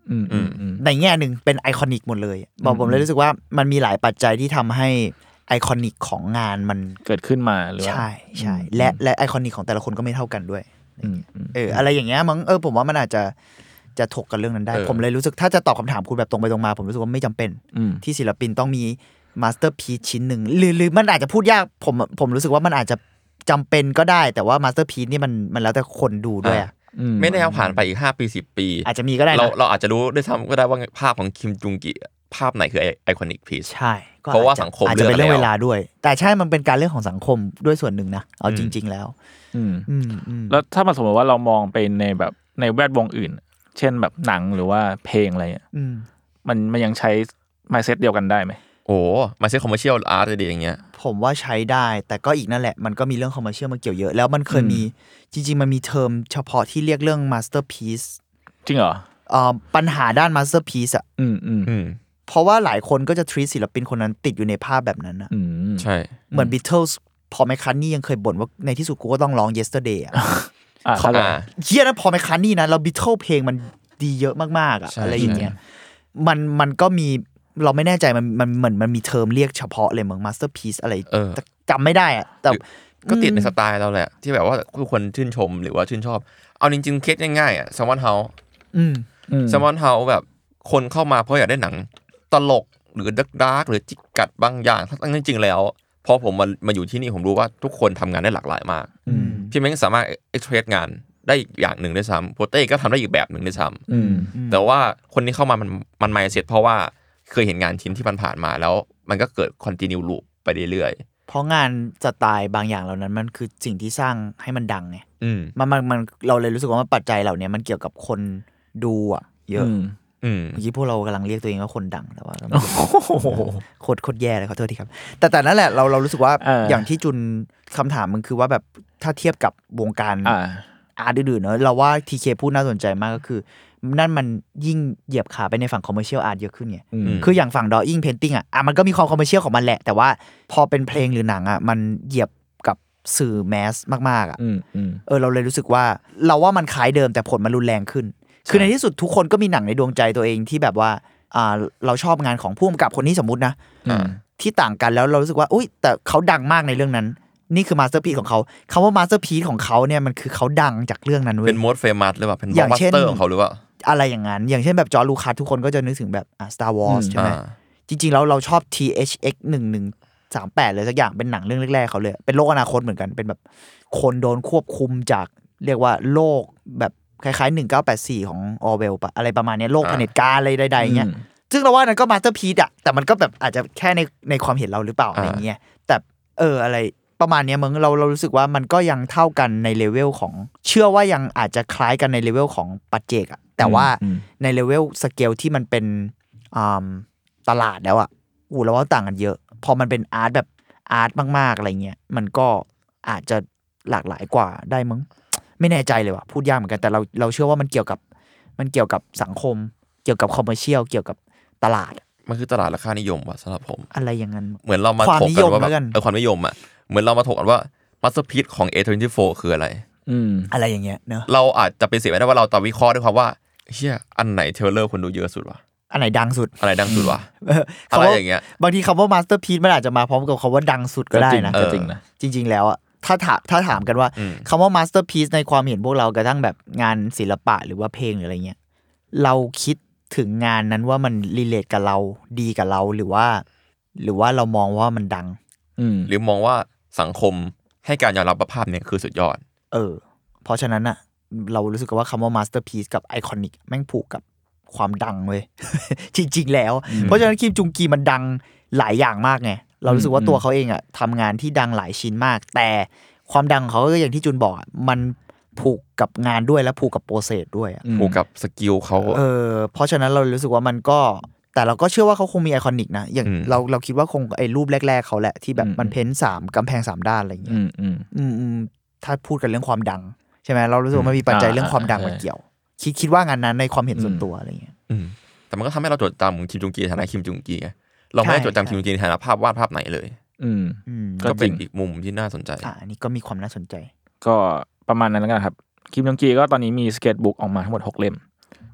ในแง่นึงเป็นไอคอนิกหมดเลยบอกผมเลยรู้สึกว่ามันมีหลายปัจจัยที่ทำให้ไอคอนิกของงานมันเกิดขึ้นมาหรือว่าใช่ใช่และและไอคอนิกของแต่ละคนก็ไม่เท่ากันด้วยเอออะไรอย่างเงี้ยมั้งเออผมว่ามันอาจจะจะถกกันเรื่องนั้นได้ผมเลยรู้สึกถ้าจะตอบคำถามคุณแบบตรงไปตรงมาผมรู้สึกว่าไม่จำเป็นที่ศิลปินต้องมีมาสเตอร์พีซชิ้นหนึ่งหรือหรือมันอาจจะพูดยากผมผมรู้สึกว่ามันอาจจะจำเป็นก็ได้แต่ว่ามาสเตอร์พีซนี่มันมันแล้วแต่คนดูด้วยอ่ะไม่แน่ผ่านไปอีกห้าปีสิบปีอาจจะมีก็ได้เราเราอาจจะรู้ด้วยซ้ำก็ได้ว่าภาพของคิมจุงกิภาพไหนคือไอคอนิกพีซใช่เพราะว่าสังคมอาจจะเป็นเรื่องเวลาด้วยแต่ใช่มันเป็นการเรื่องของสังคมด้วยส่วนหนึ่งนะเอาจริงๆแล้วแล้วถ้ามาสมมติว่าเรามองไปในแบบในแวดวงอื่นเช่นแบบหนังหรือว่าเพลงอะไรอ่ะมันมันยังใช้ mindset เดียวกันได้ไหมโอ้มาเซ็ตคอมเมอร์เชียลอาร์ตอะไรอย่างเงี้ยผมว่าใช้ได้แต่ก็อีกนั่นแหละมันก็มีเรื่องคอมเมอร์เชียลมาเกี่ยวเยอะแล้วมันเคยมีจริงๆมันมีเทอมเฉพาะที่เรียกเรื่องมาสเตอร์พีซจริงเหรออ่าปัญหาด้านมาสเตอร์พีซอ่ะอืมอืมอืมเพราะว่าหลายคนก็จะ treat ศิลปินคนนั้นติดอยู่ในภาพแบบนั้นนะใช่เหมือน Beatles พอแมคคาร์ทนีย์ยังเคยบ่นว่าในที่สุดกูก็ต้องร้อง Yesterday อ่ะเขาเฮียนะพอแมคคาร์ทนีย์นะแล้ว Beatles เพลงมันดีเยอะมากๆอ่ะอะไรอย่างเงี้ยมันมันก็มีเราไม่แน่ใจมันมันเหมือนมันมีเทอมเรียกเฉพาะเลยเหมือน masterpiece อะไรจำไม่ได้อะแต่ก็ติดในสไตล์เราแหละที่แบบว่าทุกคนชื่นชมหรือว่าชื่นชอบเอาจริงๆเคสง่ายๆอ่ะ Someone House อืม Someone House แบบคนเข้ามาเพราะอยากได้หนังตลกหรือดาร์กหรือจิกกัดบางอย่างทั้งจริงๆแล้วพอผมมามาอยู่ที่นี่ผมรู้ว่าทุกคนทำงานได้หลากหลายมากพี่แม่งสามารถเอ็กเพรสงานได้อีกอย่างหนึ่งด้วยซ้ำโปรเต้ก็ทำได้อีกแบบหนึ่งด้วยซ้ำแต่ว่าคนที่เข้ามามันมันไม่เสร็จเพราะว่าเคยเห็นงานชิ้นที่มันผ่านมาแล้วมันก็เกิดคอนติเนียลูปไปเรื่อยๆเพราะงานสไตล์บางอย่างเหล่านั้นมันคือสิ่งที่สร้างให้มันดังไงมันมันมันเราเลยรู้สึกว่ามันปัจจัยเหล่านี้มันเกี่ยวกับคนดูอ่ะเยอะเมื่อกี้พวกเรากำลังเรียกตัวเองว่าคนดังแต่ว่าโคตรโคตรแย่เลยขอโทษทีครับแต่แต่นั่นแหละเราเรารู้สึกว่าอย่างที่จุนคำถามมันคือว่าแบบถ้าเทียบกับวงการอาร์ตอื่นๆเนอะเราว่าทีเคพูดน่าสนใจมากก็คือนั่นมันยิ่งเหยียบขาไปในฝั่งคอมเมอร์เชียลอาร์ตเยอะขึ้นไงคืออย่างฝั่ง drawing painting อ่ะมันก็มีความคอมเมอร์เชียลของมันแหละแต่ว่าพอเป็นเพลงหรือหนังอ่ะมันเหยียบกับสื่อแมสมากๆอ่ะเออเราเลยรู้สึกว่าเราว่ามันคล้ายเดิมแต่ผลมันรุนแรงขึ้นคือในที่สุดทุกคนก็มีหนังในดวงใจตัวเองที่แบบว่าอ่าเราชอบงานของผู้กำกับคนนี้สมมุตินะที่ต่างกันแล้วเรารู้สึกว่าอุ๊ยแต่เขาดังมากในเรื่องนั้นนี่คือมาสเตอร์พีซของเขาคำว่ามาสเตอร์พีซของเขาเนี่ยมันคือเขาดังจากเรื่องนั้นเว้ยเป็น most famous หรือเปล่าเป็น blockbuster ของเขาหรือเปล่าอะไรอย่างนั้นอย่างเช่นแบบจอร์จลูคัสทุกคนก็จะนึกถึงแบบอ่ะ Star Wars ใช่ไหมจริงๆแล้วเราชอบ ที เอช เอ็กซ์ หนึ่งหนึ่งสามแปดเลยสักอย่างเป็นหนังเรื่องแรกๆเขาเลยเป็นโลกอนาคตเหมือนกันเป็นแบบคนโดนควบคุมจากเรียกว่าโลกแบบคล้ายๆหนึ่งเก้าแปดสี่ของออร์เวลปะอะไรประมาณนี้โลกเผด็จการอะไรใดๆเงี้ยซึ่งเราว่านั้นก็มาสเตอร์พีซอะแต่มันก็แบบอาจจะแค่ในในความเห็นเราหรือเปล่าอะไรเงี้ยแต่เอออะไรประมาณนี้มึงเราเรารู้สึกว่ามันก็ยังเท่ากันในเลเวลของเชื่อว่ายังอาจจะคล้ายกันในเลเวลของปัจเจกอะแต่ว่าในเลเวลสเกลที่มันเป็นตลาดแล้วอะอู้เราว่าต่างกันเยอะพอมันเป็นอาร์ตแบบอาร์ตมากๆอะไรเงี้ยมันก็อาจจะหลากหลายกว่าได้มั้งไม่แน่ใจเลยว่ะพูดยากเหมือนกันแต่เราเราเชื่อว่ามันเกี่ยวกับมันเกี่ยวกับสังคมเกี่ยวกับคอมเมอร์เชียลเกี่ยวกับตลาดมันคือตลาดราคานิยมว่ะสำหรับผมอะไรอย่างนั้นเหมือนเรามาถกกันว่าแบบเออความนิยมอ่ะเหมือนเรามาถกกันว่ามาสเตอร์พีซของ เอ ยี่สิบสี่ คืออะไรอืมอะไรอย่างเงี้ยเนอะเราอาจจะเป็นเสียไม่ได้ว่าเราตอบวิเคราะห์ด้วยความว่าเชี่ยอันไหนเทรลเลอร์คนดูเยอะสุดวะอันไหนดังสุดอันไหนดังสุดวะอะไรอย่างเงี้ยบางทีคำว่ามาสเตอร์พีซมันอาจจะมาพร้อมกับคำว่าดังสุดก็ได้นะจริงนะจริงๆแล้วอ่ะถ้าถามถ้าถามกันว่าคำว่ามาสเตอร์พีซในความเห็นพวกเรากระทั่งแบบงานศิลปะหรือว่าเพลงหรืออะไรเงี้ยเราคิดถึงงานนั้นว่ามันรีเลทกับเราดีกับเราหรือว่าหรือว่าเรามองว่ามันดังหรือมองว่าสังคมให้การยอมรับภาพเนี่ยคือสุดยอดเออเพราะฉะนั้นอะเรารู้สึกว่าคำว่ามาสเตอร์พีซกับไอคอนิกแม่งผูกกับความดังเว้ย จริงๆแล้วเพราะฉะนั้นคิมจุงกีมันดังหลายอย่างมากไงเรารู้สึกว่าตัวเขาเองอะทำงานที่ดังหลายชิ้นมากแต่ความดังของเขาก็อย่างที่จุนบอกมันผูกกับงานด้วยและผูกกับโปรเซสด้วยผูกกับสกิลเขาเออเพราะฉะนั้นเรารู้สึกว่ามันก็แต่เราก็เชื่อว่าเขาคงมีไอคอนิกนะอย่างเราเราคิดว่าคงไอ้รูปแรกๆเขาแหละที่แบบมันเพ้นสามกำแพงสามด้านอะไรอย่างเงี้ยอืมอืมอืมถ้าพูดกันเรื่องความดังใช่ไหมเรารู้สึกว่ามันมีปัจจัยเรื่องความดังมาเกี่ยวคิดคิดว่างานนั้นในความเห็นส่วนตัวอะไรเงี้ยแต่มันก็ทำให้เราจดจำคิมจุงกีในฐานะคิมจุงกีไงเราไม่ได้จดจำคิมจุงกีในฐานะภาพวาดภาพไหนเลยก็เป็นอีกมุมที่น่าสนใจอ่านี่ก็มีความน่าสนใจก็ประมาณนั้นแล้วกันครับคิมจุงกีก็ตอนนี้มีสเก็ตบุ๊กออกมาทั้งหมดหกเล่มร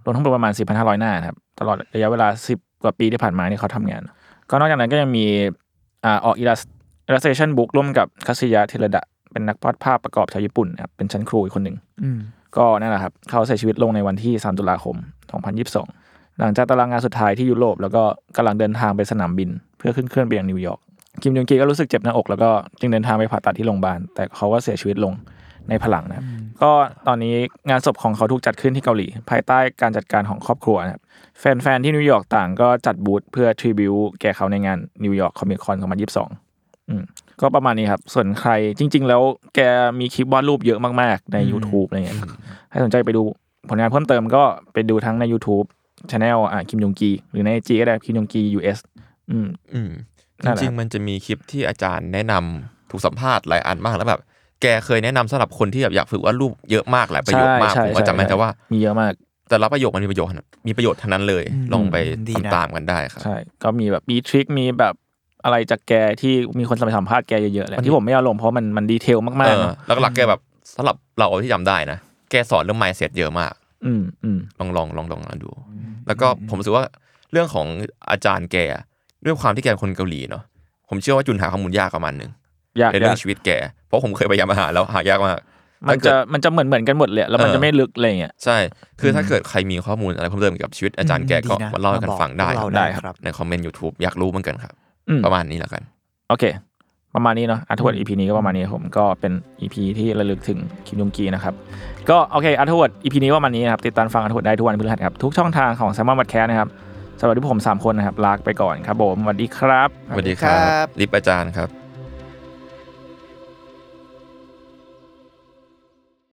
วมทั้งหมดประมาณ สี่พันห้าร้อย หน้าครับตลอดระยะเวลาสิบกว่าปีที่ผ่านมาที่เขาทำงานก็นอกจากนั้นก็ยังมีอ่าออก illustration book ร่วมกับคัตสึยะเทเรดะเป็นนักวาดภาพประกอบชาวญี่ปุ่นครับเป็นชั้นครูอีกคนหนึ่งก็นั่นแหละครับเขาเสียชีวิตลงในวันที่สามตุลาคมสองพันยี่สิบสองหลังจากตารางงานสุดท้ายที่ยุโรปแล้วก็กำลังเดินทางไปสนามบินเพื่อขึ้นเครื่องไปยังนิวยอร์กคิมยองกีก็รู้สึกเจ็บหน้าอกแล้วก็จึงเดินทางไปผ่าตัดที่โรงพยาบาลแต่เขาก็เสียชีวิตลงในพลังนะครับก็ตอนนี้งานศพของเขาถูกจัดขึ้นที่เกาหลีภายใต้การจัดการของครอบครัวนะครับแฟนๆที่นิวยอร์กต่างก็จัดบูธเพื่อทริบิวต์แก่เขาในงานนิวยอร์กคอมิคอนสองพันยี่สิบสองอืมก็ประมาณนี้ครับส่วนใครจริงๆแล้วแกมีคลิปวาดรูปเยอะมากๆใน YouTube อะไรเงี้ยให้สนใจไปดูผลงานเพิ่มเติมก็ไปดูทั้งใน YouTube Channel อ่ะคิมยองกีหรือใน ไอ จี ก็ได้คิมยองกี ยู เอส อืมอืมจริงๆมันจะมีคลิปที่อาจารย์แนะนำถูกสัมภาษณ์หลายอันมากแล้วแบบแกเคยแนะนำสำหรับคนที่แบบอยากฝึกวาดรูปเยอะมากหลายประโยคมากผมก็จำได้แต่ว่ามีเยอะมากแต่ละประโยคมันมีประโยชน์มีประโยชน์ทั้งนั้นเลยลองไปทำตามกันได้ครับใช่ก็มีแบบมีทริคมีแบบอะไรจากแกที่มีคนสัมภาษณ์แกเยอะๆแหละที่ผมไม่เอาลงเพราะมันมันดีเทลมากๆหลักๆแกแบบสำหรับเราที่จำได้นะแกสอนเรื่อง mindset เยอะมากอืมอืมลองลองลองลองดูแล้วก็ผมรู้สึกว่าเรื่องของอาจารย์แกด้วยความที่แกเป็นคนเกาหลีเนาะผมเชื่อว่าจุนหาข้อมูลยากประมาณนึงในเรื่องชีวิตแกเพราะผมเคยพยายามหาแล้วหายากมากมันจะมันจะเหมือนเหมือนกันหมดเลยแล้วมันจะไม่ลึกอะไรเงี้ยใช่คือถ้าเกิดใครมีข้อมูลอะไรเพิ่มเติมเกี่ยวกับชีวิตอาจารย์แกก็มาเล่าให้กันฟังได้ได้ครับในคอมเมนต์ YouTube อยากรู้เหมือนกันครับประมาณนี้แล้วกันโอเคประมาณนี้เนาะอาร์ทเวิร์ด อี พี นี้ก็ประมาณนี้ผมก็เป็น อี พี ที่ระลึกถึงคิมยองกีนะครับก็โอเคอาร์ทเวิร์ด อี พี นี้ประมาณนี้นะครับติดตามฟังอาร์ทเวิร์ดได้ทุกวันพฤหัสครับทุกช่องทางของ Salmon Podcast นะครับสำหรับที่ผมสามคนนะครับลาไปก่อนครับผมสวัสดีครับสวัสดีครับลิปอาจารย์ครับ